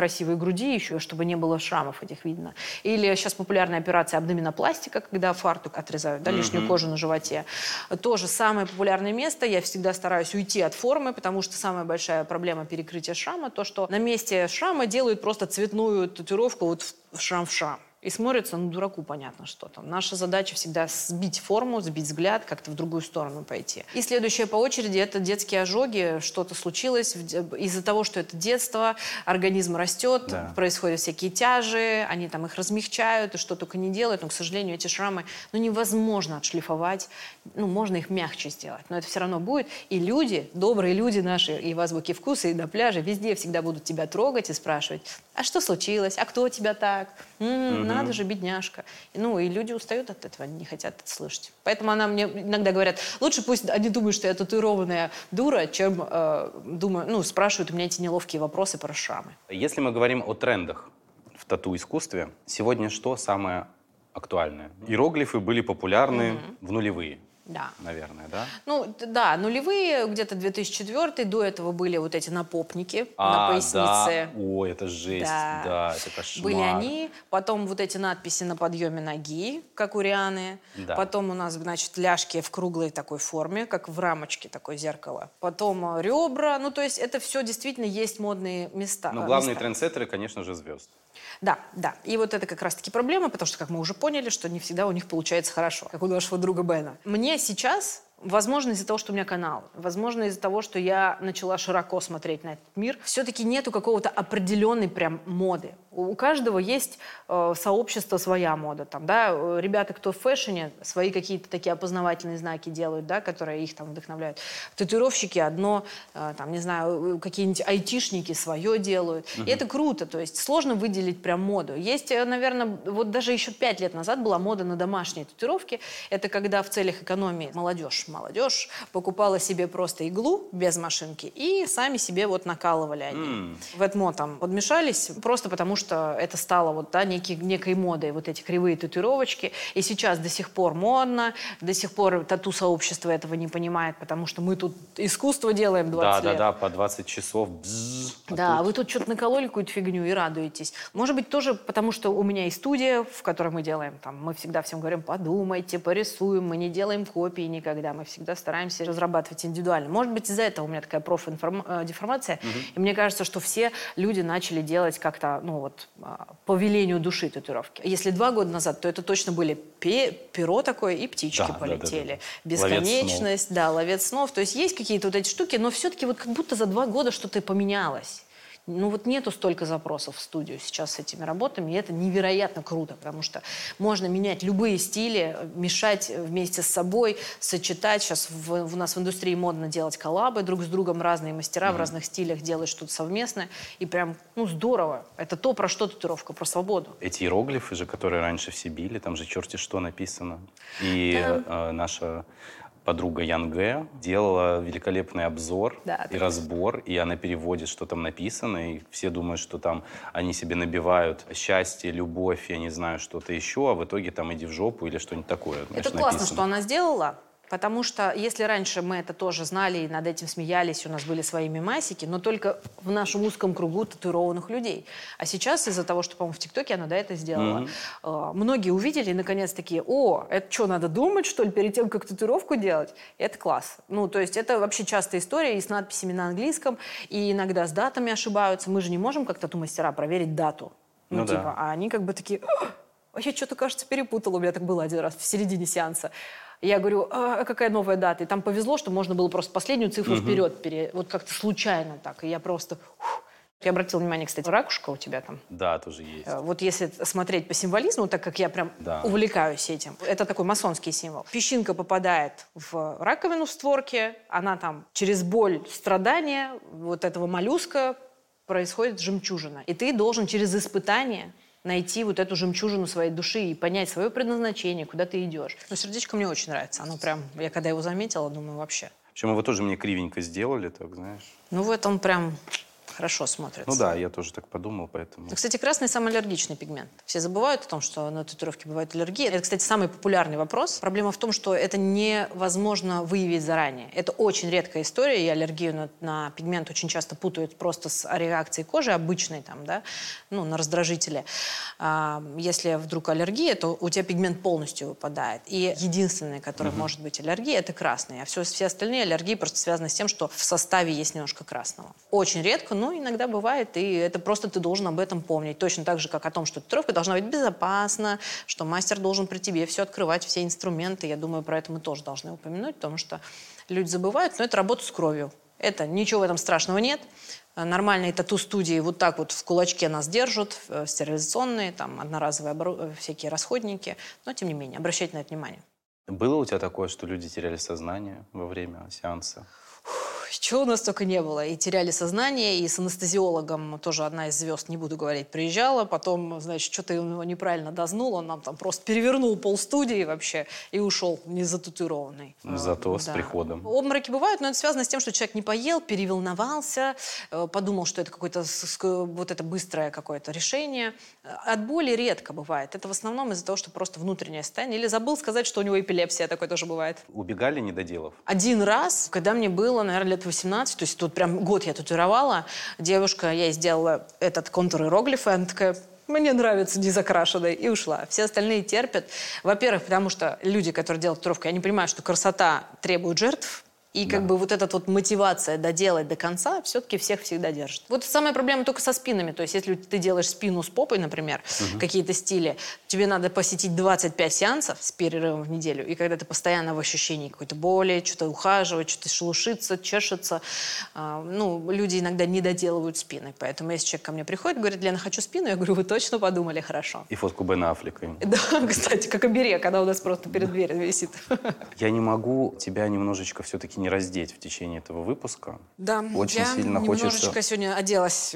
красивые груди еще, чтобы не было шрамов этих видно. Или сейчас популярная операция абдоминопластика, когда фартук отрезают, да, лишнюю mm-hmm. кожу на животе. Тоже самое популярное место. Я всегда стараюсь уйти от формы, потому что самая большая проблема перекрытия шрама, то, что на месте шрама делают просто цветную татуировку вот в шрам в шрам. И смотрится, ну, дураку понятно, что там. Наша задача всегда сбить форму, сбить взгляд, как-то в другую сторону пойти. И следующее по очереди – это детские ожоги. Что-то случилось. Из-за того, что это детство, организм растет, да. происходят всякие тяжи, они там их размягчают и что только не делают. Но, к сожалению, эти шрамы ну, невозможно отшлифовать. Ну, можно их мягче сделать, но это все равно будет. И люди, добрые люди наши, и в азбуке вкуса, и на пляже, везде всегда будут тебя трогать и спрашивать, а что случилось, а кто тебя так? М-м, надо же, бедняжка. Ну, и люди устают от этого, не хотят это слышать. Поэтому она мне иногда говорят, лучше пусть они думают, что я татуированная дура, чем э, думаю, ну, спрашивают у меня эти неловкие вопросы про шрамы. Если мы говорим о трендах в тату-искусстве, сегодня что самое актуальное? Иероглифы были популярны mm-hmm. в нулевые. Да. Наверное, да? Ну, да, нулевые, где-то две тысячи четвёртый, до этого были вот эти напопники а, на пояснице. Да. О, это жесть, да. да, это кошмар. Были они, потом вот эти надписи на подъеме ноги, как у Рианы. Да. Потом у нас, значит, ляжки в круглой такой форме, как в рамочке такое зеркало. Потом ребра, ну, то есть это все действительно есть модные места. Но главные места. трендсеттеры, конечно же, звезд. Да, да. И вот это как раз-таки проблема, потому что, как мы уже поняли, что не всегда у них получается хорошо, как у нашего друга Бена. Мне сейчас, возможно, из-за того, что у меня канал, возможно, из-за того, что я начала широко смотреть на этот мир, все-таки нету какого-то определенной прям моды. У каждого есть э, сообщество, своя мода. Там, да? Ребята, кто в фэшне, свои какие-то такие опознавательные знаки делают, да, которые их там вдохновляют. Татуировщики одно, э, там, не знаю, какие-нибудь айтишники свое делают. Uh-huh. И это круто. То есть сложно выделить прям моду. Есть, наверное, вот даже еще пять лет назад была мода на домашние татуировки. Это когда в целях экономии молодежь, молодежь покупала себе просто иглу без машинки и сами себе вот накалывали они. Mm. В Этмо там подмешались просто потому, что это стало вот, да, некий, некой модой, вот эти кривые татуировочки. И сейчас до сих пор модно, до сих пор тату-сообщество этого не понимает, потому что мы тут искусство делаем двадцать да, лет. Да, да, по двадцать часов. Бзз, а да, тут... вы тут что-то накололи какую-то фигню и радуетесь. Может быть, тоже потому, что у меня есть студия, в которой мы делаем, там, мы всегда всем говорим, подумайте, порисуем, мы не делаем копии никогда, мы всегда стараемся разрабатывать индивидуально. Может быть, из-за этого у меня такая профдеформация, угу. и мне кажется, что все люди начали делать как-то, ну вот, по велению души татуировки. Если два года назад, то это точно были пе- перо такое и птички да, полетели. Да, да, да. Бесконечность, ловец да, ловец снов. То есть есть какие-то вот эти штуки, но все-таки вот как будто за два года что-то поменялось. Ну вот нету столько запросов в студию сейчас с этими работами, и это невероятно круто, потому что можно менять любые стили, мешать вместе с собой, сочетать. Сейчас в, в нас в индустрии модно делать коллабы друг с другом, разные мастера mm-hmm. в разных стилях делать что-то совместное, и прям, ну, здорово. Это то, про что татуировка, про свободу. Эти иероглифы же, которые раньше все били, там же черти что написано. И да. э, наша... подруга Янге делала великолепный обзор да, и да. разбор, и она переводит, что там написано, и все думают, что там они себе набивают счастье, любовь, я не знаю, что-то еще, а в итоге там иди в жопу или что-нибудь такое. Знаешь, это классно, написано. Что она сделала. Потому что если раньше мы это тоже знали и над этим смеялись, у нас были свои мемасики, но только в нашем узком кругу татуированных людей. А сейчас из-за того, что, по-моему, в ТикТоке она да, это сделала, mm-hmm. э, многие увидели и наконец такие, о, это что, надо думать, что ли, перед тем, как татуировку делать? Это класс. Ну, то есть это вообще частая история и с надписями на английском, и иногда с датами ошибаются. Мы же не можем как тату-мастера проверить дату. Ну, ну типа, да. А они как бы такие, а я что-то, кажется, перепутала. У меня так было один раз в середине сеанса. Я говорю, а какая новая дата? И там повезло, что можно было просто последнюю цифру угу. вперед, пере... вот как-то случайно так. И я просто... Ух. Я обратила внимание, кстати, ракушка у тебя там. Да, тоже есть. Вот если смотреть по символизму, так как я прям да. увлекаюсь этим, это такой масонский символ. Песчинка попадает в раковину в створке, она там через боль, страдания вот этого моллюска происходит жемчужина. И ты должен через испытание найти вот эту жемчужину своей души и понять свое предназначение, куда ты идешь. Но сердечко мне очень нравится. Оно прям, я когда его заметила, думаю, вообще. Причем его тоже мне кривенько сделали, так, знаешь. Ну, в этом прям хорошо смотрится. Ну да, я тоже так подумал, поэтому... Кстати, красный самый аллергичный пигмент. Все забывают о том, что на татуировке бывают аллергии. Это, кстати, самый популярный вопрос. Проблема в том, что это невозможно выявить заранее. Это очень редкая история, и аллергию на, на пигмент очень часто путают просто с реакцией кожи обычной, там, да, ну, на раздражители. А, если вдруг аллергия, то у тебя пигмент полностью выпадает. И единственное, которое угу. может быть аллергией, это красный. А все, все остальные аллергии просто связаны с тем, что в составе есть немножко красного. Очень редко, но иногда бывает, и это просто ты должен об этом помнить. Точно так же, как о том, что татуировка должна быть безопасна, что мастер должен при тебе все открывать, все инструменты. Я думаю, про это мы тоже должны упомянуть, потому что люди забывают, но это работа с кровью. Это ничего в этом страшного нет. Нормальные тату-студии вот так вот в кулачке нас держат, стерилизационные, там, одноразовые обору... всякие расходники. Но, тем не менее, обращайте на это внимание. Было у тебя такое, что люди теряли сознание во время сеанса? Чего у нас только не было. И теряли сознание, и с анестезиологом тоже одна из звезд, не буду говорить, приезжала. Потом, значит, что-то его неправильно дознул, он нам там просто перевернул полстудии вообще и ушел незататуированный. Зато да. с приходом. Обмороки бывают, но это связано с тем, что человек не поел, переволновался, подумал, что это какое-то вот это быстрое какое-то решение. От боли редко бывает. Это в основном из-за того, что просто внутреннее состояние. Или забыл сказать, что у него эпилепсия, такое тоже бывает. Убегали недоделав? Один раз, когда мне было, наверное, лет восемнадцать, то есть тут прям год я татуировала, девушка, я ей сделала этот контур иероглифа, она такая: мне нравится незакрашенный, и ушла. Все остальные терпят. Во-первых, потому что люди, которые делают татуировку, они понимают, что красота требует жертв. И как да. бы вот эта вот мотивация доделать до конца все-таки всех всегда держит. Вот самая проблема только со спинами. То есть если ты делаешь спину с попой, например, угу. какие-то стили, тебе надо посетить двадцать пять сеансов с перерывом в неделю. И когда ты постоянно в ощущении какой-то боли, что-то ухаживать, что-то шелушится, чешется, э, ну, люди иногда не доделывают спины. Поэтому если человек ко мне приходит, говорит: Лена, хочу спину, я говорю: вы точно подумали хорошо. И фотку Бена Аффлека. Да, кстати, как оберег, она у нас просто перед дверью висит. Я не могу тебя немножечко все-таки не раздеть в течение этого выпуска. Да, очень я сильно немножечко хочется... сегодня оделась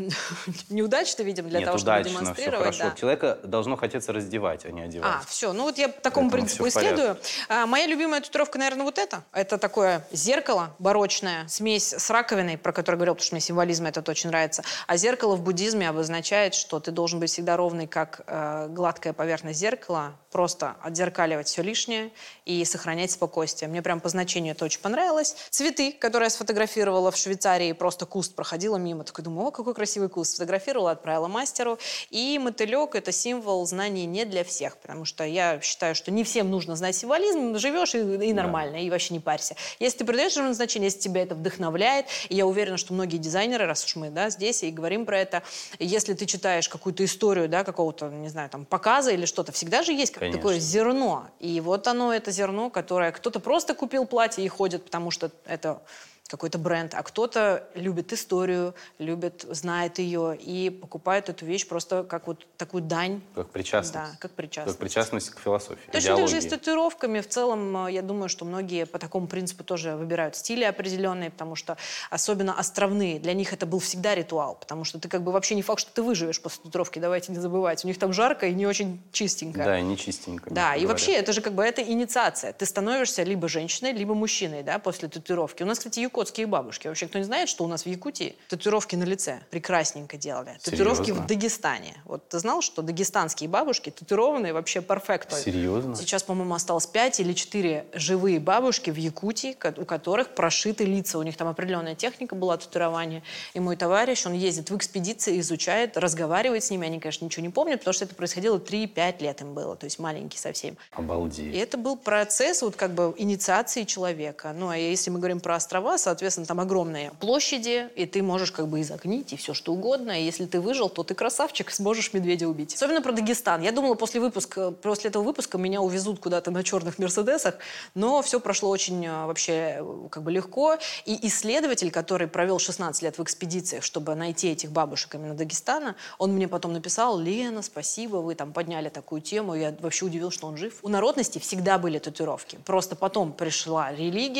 неудачно, видимо, для Нет, того, чтобы удачно, демонстрировать. все хорошо. Да. Человека должно хотеться раздевать, а не одевать. А, все. Ну вот я по такому Поэтому принципу исследую. А, моя любимая татуировка, наверное, вот эта. Это такое зеркало барочное, смесь с раковиной, про которую я говорила, потому что мне символизм этот очень нравится. А зеркало в буддизме обозначает, что ты должен быть всегда ровный, как э, гладкая поверхность зеркала, просто отзеркаливать все лишнее и сохранять спокойствие. Мне прям по значению это очень понравилось. Цветы, которые я сфотографировала в Швейцарии, просто куст проходила мимо. Такой думаю: о, какой красивый куст. Сфотографировала, отправила мастеру. И мотылек — это символ знаний не для всех, потому что я считаю, что не всем нужно знать символизм. Живешь и, и нормально, да. и вообще не парься. Если ты придаешь ему значение, если тебя это вдохновляет, и я уверена, что многие дизайнеры, раз уж мы да, здесь и говорим про это, если ты читаешь какую-то историю, да, какого-то, не знаю, там, показа или что-то, всегда же есть как такое зерно. И вот оно, это зерно, которое кто-то просто купил платье и ходит, потому что это какой-то бренд, а кто-то любит историю, любит, знает ее и покупает эту вещь просто как вот такую дань. Как причастность. Да, как причастность. Как причастность к философии. Точно так же и с татуировками. В целом, я думаю, что многие по такому принципу тоже выбирают стили определенные, потому что особенно островные, для них это был всегда ритуал, потому что ты как бы вообще не факт, что ты выживешь после татуировки, давайте не забывать. У них там жарко и не очень чистенько. Да, и не чистенько. Да, и вообще это же как бы это инициация. Ты становишься либо женщиной, либо мужчиной, да, после татуировки. У нас, кстати, якутские бабушки. Вообще, кто не знает, что у нас в Якутии татуировки на лице прекрасненько делали. Татуировки Серьезно? в Дагестане. Вот ты знал, что дагестанские бабушки татуированные вообще перфекто. Серьезно? Сейчас, по-моему, осталось пять или четыре живые бабушки в Якутии, у которых прошиты лица. У них там определенная техника была татуирования. И мой товарищ, он ездит в экспедиции, изучает, разговаривает с ними. Они, конечно, ничего не помнят, потому что это происходило три-пять лет им было. То есть маленький совсем. Обалдеть. И это был процесс вот как бы инициации человека. Ну, а если мы говорим про острова, соответственно, там огромные площади, и ты можешь как бы изогнить, и все что угодно. И если ты выжил, то ты красавчик, сможешь медведя убить. Особенно про Дагестан. Я думала, после выпуска, после этого выпуска меня увезут куда-то на черных мерседесах, но все прошло очень вообще как бы легко. И исследователь, который провел шестнадцать лет в экспедициях, чтобы найти этих бабушек именно Дагестана, он мне потом написал: Лена, спасибо, вы там подняли такую тему. Я вообще удивилась, что он жив. У народности всегда были татуировки. Просто потом пришла религия,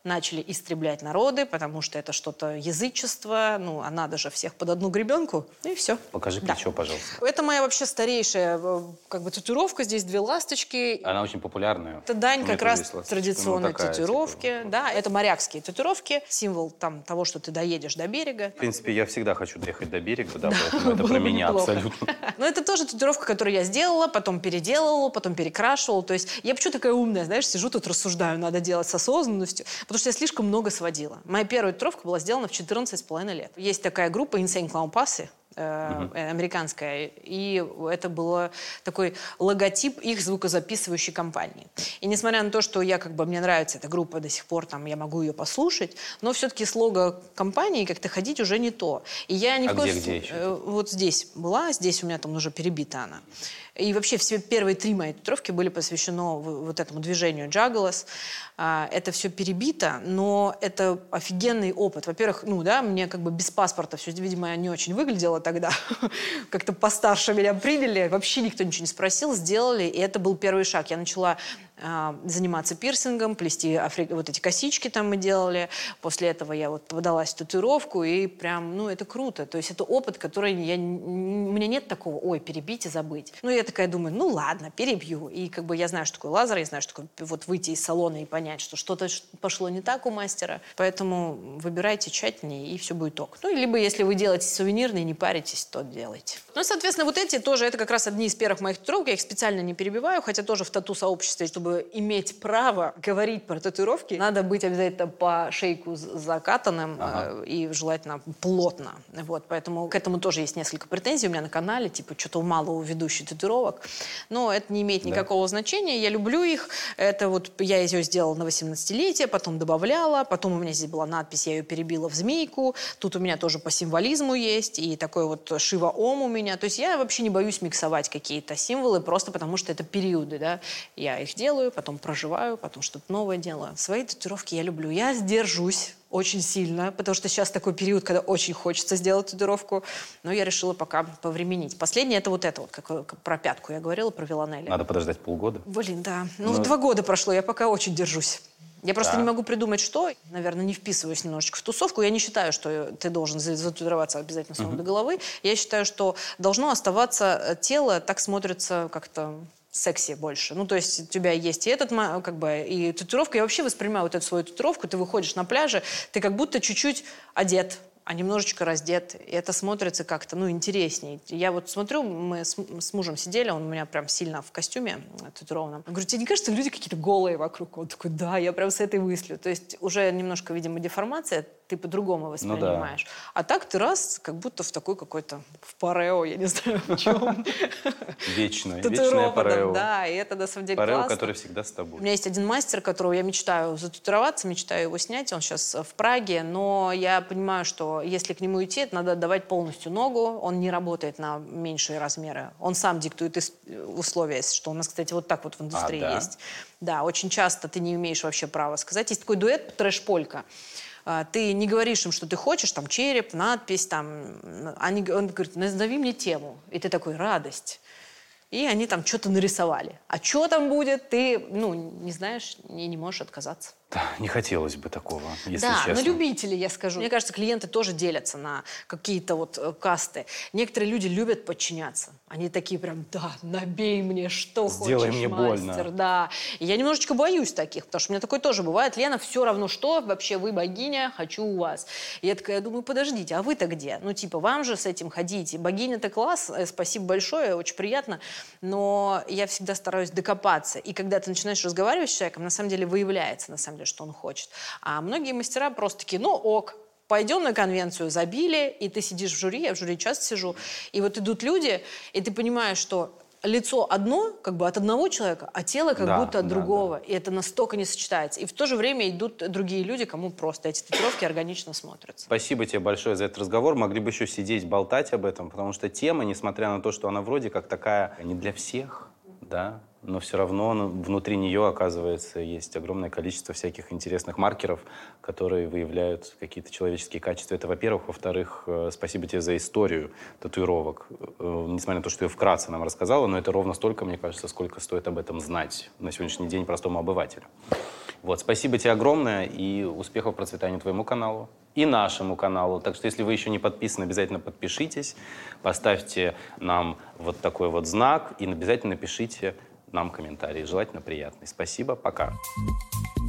начали истреблять народы, потому что это что-то язычество, ну, а надо же всех под одну гребенку, и все. Покажи плечо, да. пожалуйста. Это моя вообще старейшая как бы татуировка, здесь две ласточки. Она очень популярная. Это дань как раз традиционной ну, такая, татуировки, типа... да, это морякские татуировки, символ там того, что ты доедешь до берега. В принципе, я всегда хочу доехать до берега, да, поэтому это про меня абсолютно. Но это тоже татуировка, которую я сделала, потом переделала, потом перекрашивала, то есть я почему такая умная, знаешь, сижу тут рассуждаю, надо делать с осознанностью. Потому что я слишком много сводила. Моя первая татуировка была сделана в четырнадцать с половиной лет. Есть такая группа Insane Clown Posse, э, uh-huh. американская, и это был такой логотип их звукозаписывающей компании. И несмотря на то, что я как бы мне нравится эта группа до сих пор, там я могу ее послушать, но все-таки с лого компании как-то ходить уже не то. И я не а вкус... где, где еще? Э, вот здесь была, здесь у меня там уже перебита она. И вообще все первые три мои татуировки были посвящены вот этому движению Juggalos. Это все перебито, но это офигенный опыт. Во-первых, ну да, мне как бы без паспорта все, видимо, я не очень выглядела тогда. Как-то постарше меня приняли, вообще никто ничего не спросил, сделали, и это был первый шаг. Я начала заниматься пирсингом, плести афри... вот эти косички там мы делали. После этого я вот подалась в татуировку, и прям, ну, это круто. То есть это опыт, который я... У меня нет такого, ой, перебить и забыть. Ну, я такая думаю, ну, ладно, перебью. И как бы я знаю, что такое лазер, я знаю, что такое вот выйти из салона и понять, что что-то пошло не так у мастера. Поэтому выбирайте тщательнее, и все будет ок. Ну, либо если вы делаете сувенирные, не паритесь, то делайте. Ну, соответственно, вот эти тоже, это как раз одни из первых моих татуировок. Я их специально не перебиваю, хотя тоже в тату-сообществе, чтобы иметь право говорить про татуировки, надо быть обязательно по шейку закатанным, ага. э, и желательно плотно. Вот, поэтому к этому тоже есть несколько претензий у меня на канале, типа что-то мало у ведущей татуировок. Но это не имеет никакого да. значения. Я люблю их. Это вот я ее сделала на восемнадцатилетие, потом добавляла, потом у меня здесь была надпись, я ее перебила в змейку. Тут у меня тоже по символизму есть, и такой вот Шива-Ом у меня. То есть я вообще не боюсь миксовать какие-то символы, просто потому что это периоды, да. Я их делаю, потом проживаю, потом что-то новое делаю. Свои татуировки я люблю. Я сдержусь очень сильно, потому что сейчас такой период, когда очень хочется сделать татуировку, но я решила пока повременить. Последнее это вот это вот, как, как про пятку я говорила, про Виланелли. Надо подождать полгода? Блин, да. Ну, но... два года прошло, я пока очень держусь. Я просто да. не могу придумать, что. Наверное, не вписываюсь немножечко в тусовку. Я не считаю, что ты должен зататуироваться обязательно с ног до головы. Я считаю, что должно оставаться тело, так смотрится как-то секси больше. Ну, то есть у тебя есть и этот, как бы, и татуировка. Я вообще воспринимаю вот эту свою татуировку. Ты выходишь на пляже, ты как будто чуть-чуть одет, а немножечко раздет. И это смотрится как-то, ну, интересней. Я вот смотрю, мы с, с мужем сидели, он у меня прям сильно в костюме татуированном. Я говорю, тебе не кажется, люди какие-то голые вокруг? Он такой, да, я прям с этой мыслью. То есть уже немножко, видимо, деформация, ты по-другому воспринимаешь. Ну, да. А так ты раз, как будто в такой какой-то, в парео, я не знаю, в чем. Вечное, вечное парео. Да, и это на самом деле парео, классно. который всегда с тобой. У меня есть один мастер, которого я мечтаю зататуироваться, мечтаю его снять, он сейчас в Праге, но я понимаю, что если к нему идти, это надо отдавать полностью ногу, он не работает на меньшие размеры. Он сам диктует условия, что у нас, кстати, вот так вот в индустрии а, да? есть. Да, очень часто ты не имеешь вообще права сказать. Есть такой дуэт «Трэш-полька». Ты не говоришь им, что ты хочешь, там, череп, надпись, там. Они, он говорит, назови мне тему. И ты такой, радость. И они там что-то нарисовали. А что там будет, ты, ну, не знаешь, не, не можешь отказаться. Да, не хотелось бы такого, если да, честно. на любителей, я скажу. Мне кажется, клиенты тоже делятся на какие-то вот э, касты. Некоторые люди любят подчиняться. Они такие прям, да, набей мне, что Сделай хочешь, мне мастер. Больно. Да. И я немножечко боюсь таких, потому что у меня такое тоже бывает. Лена, все равно что, вообще вы богиня, хочу у вас. И я такая думаю, подождите, а вы-то где? Ну, типа, вам же с этим ходить. Богиня-то класс, э, спасибо большое, очень приятно. Но я всегда стараюсь докопаться. И когда ты начинаешь разговаривать с человеком, на самом деле выявляется, на самом деле, что он хочет. А многие мастера просто такие, ну ок, пойдем на конвенцию, забили, и ты сидишь в жюри, я в жюри часто сижу, и вот идут люди, и ты понимаешь, что лицо одно, как бы от одного человека, а тело как да, будто от да, другого. Да. И это настолько не сочетается. И в то же время идут другие люди, кому просто эти татуировки органично смотрятся. Спасибо тебе большое за этот разговор. Могли бы еще сидеть, болтать об этом, потому что тема, несмотря на то, что она вроде как такая не для всех, да, но все равно ну, внутри нее, оказывается, есть огромное количество всяких интересных маркеров, которые выявляют какие-то человеческие качества. Это, во-первых. Во-вторых, спасибо тебе за историю татуировок. Несмотря на то, что я вкратце нам рассказала, но это ровно столько, мне кажется, сколько стоит об этом знать на сегодняшний день простому обывателю. Вот, спасибо тебе огромное и успехов, процветания твоему каналу и нашему каналу. Так что, если вы еще не подписаны, обязательно подпишитесь, поставьте нам вот такой вот знак и обязательно напишите нам комментарий, желательно приятный. Спасибо, пока.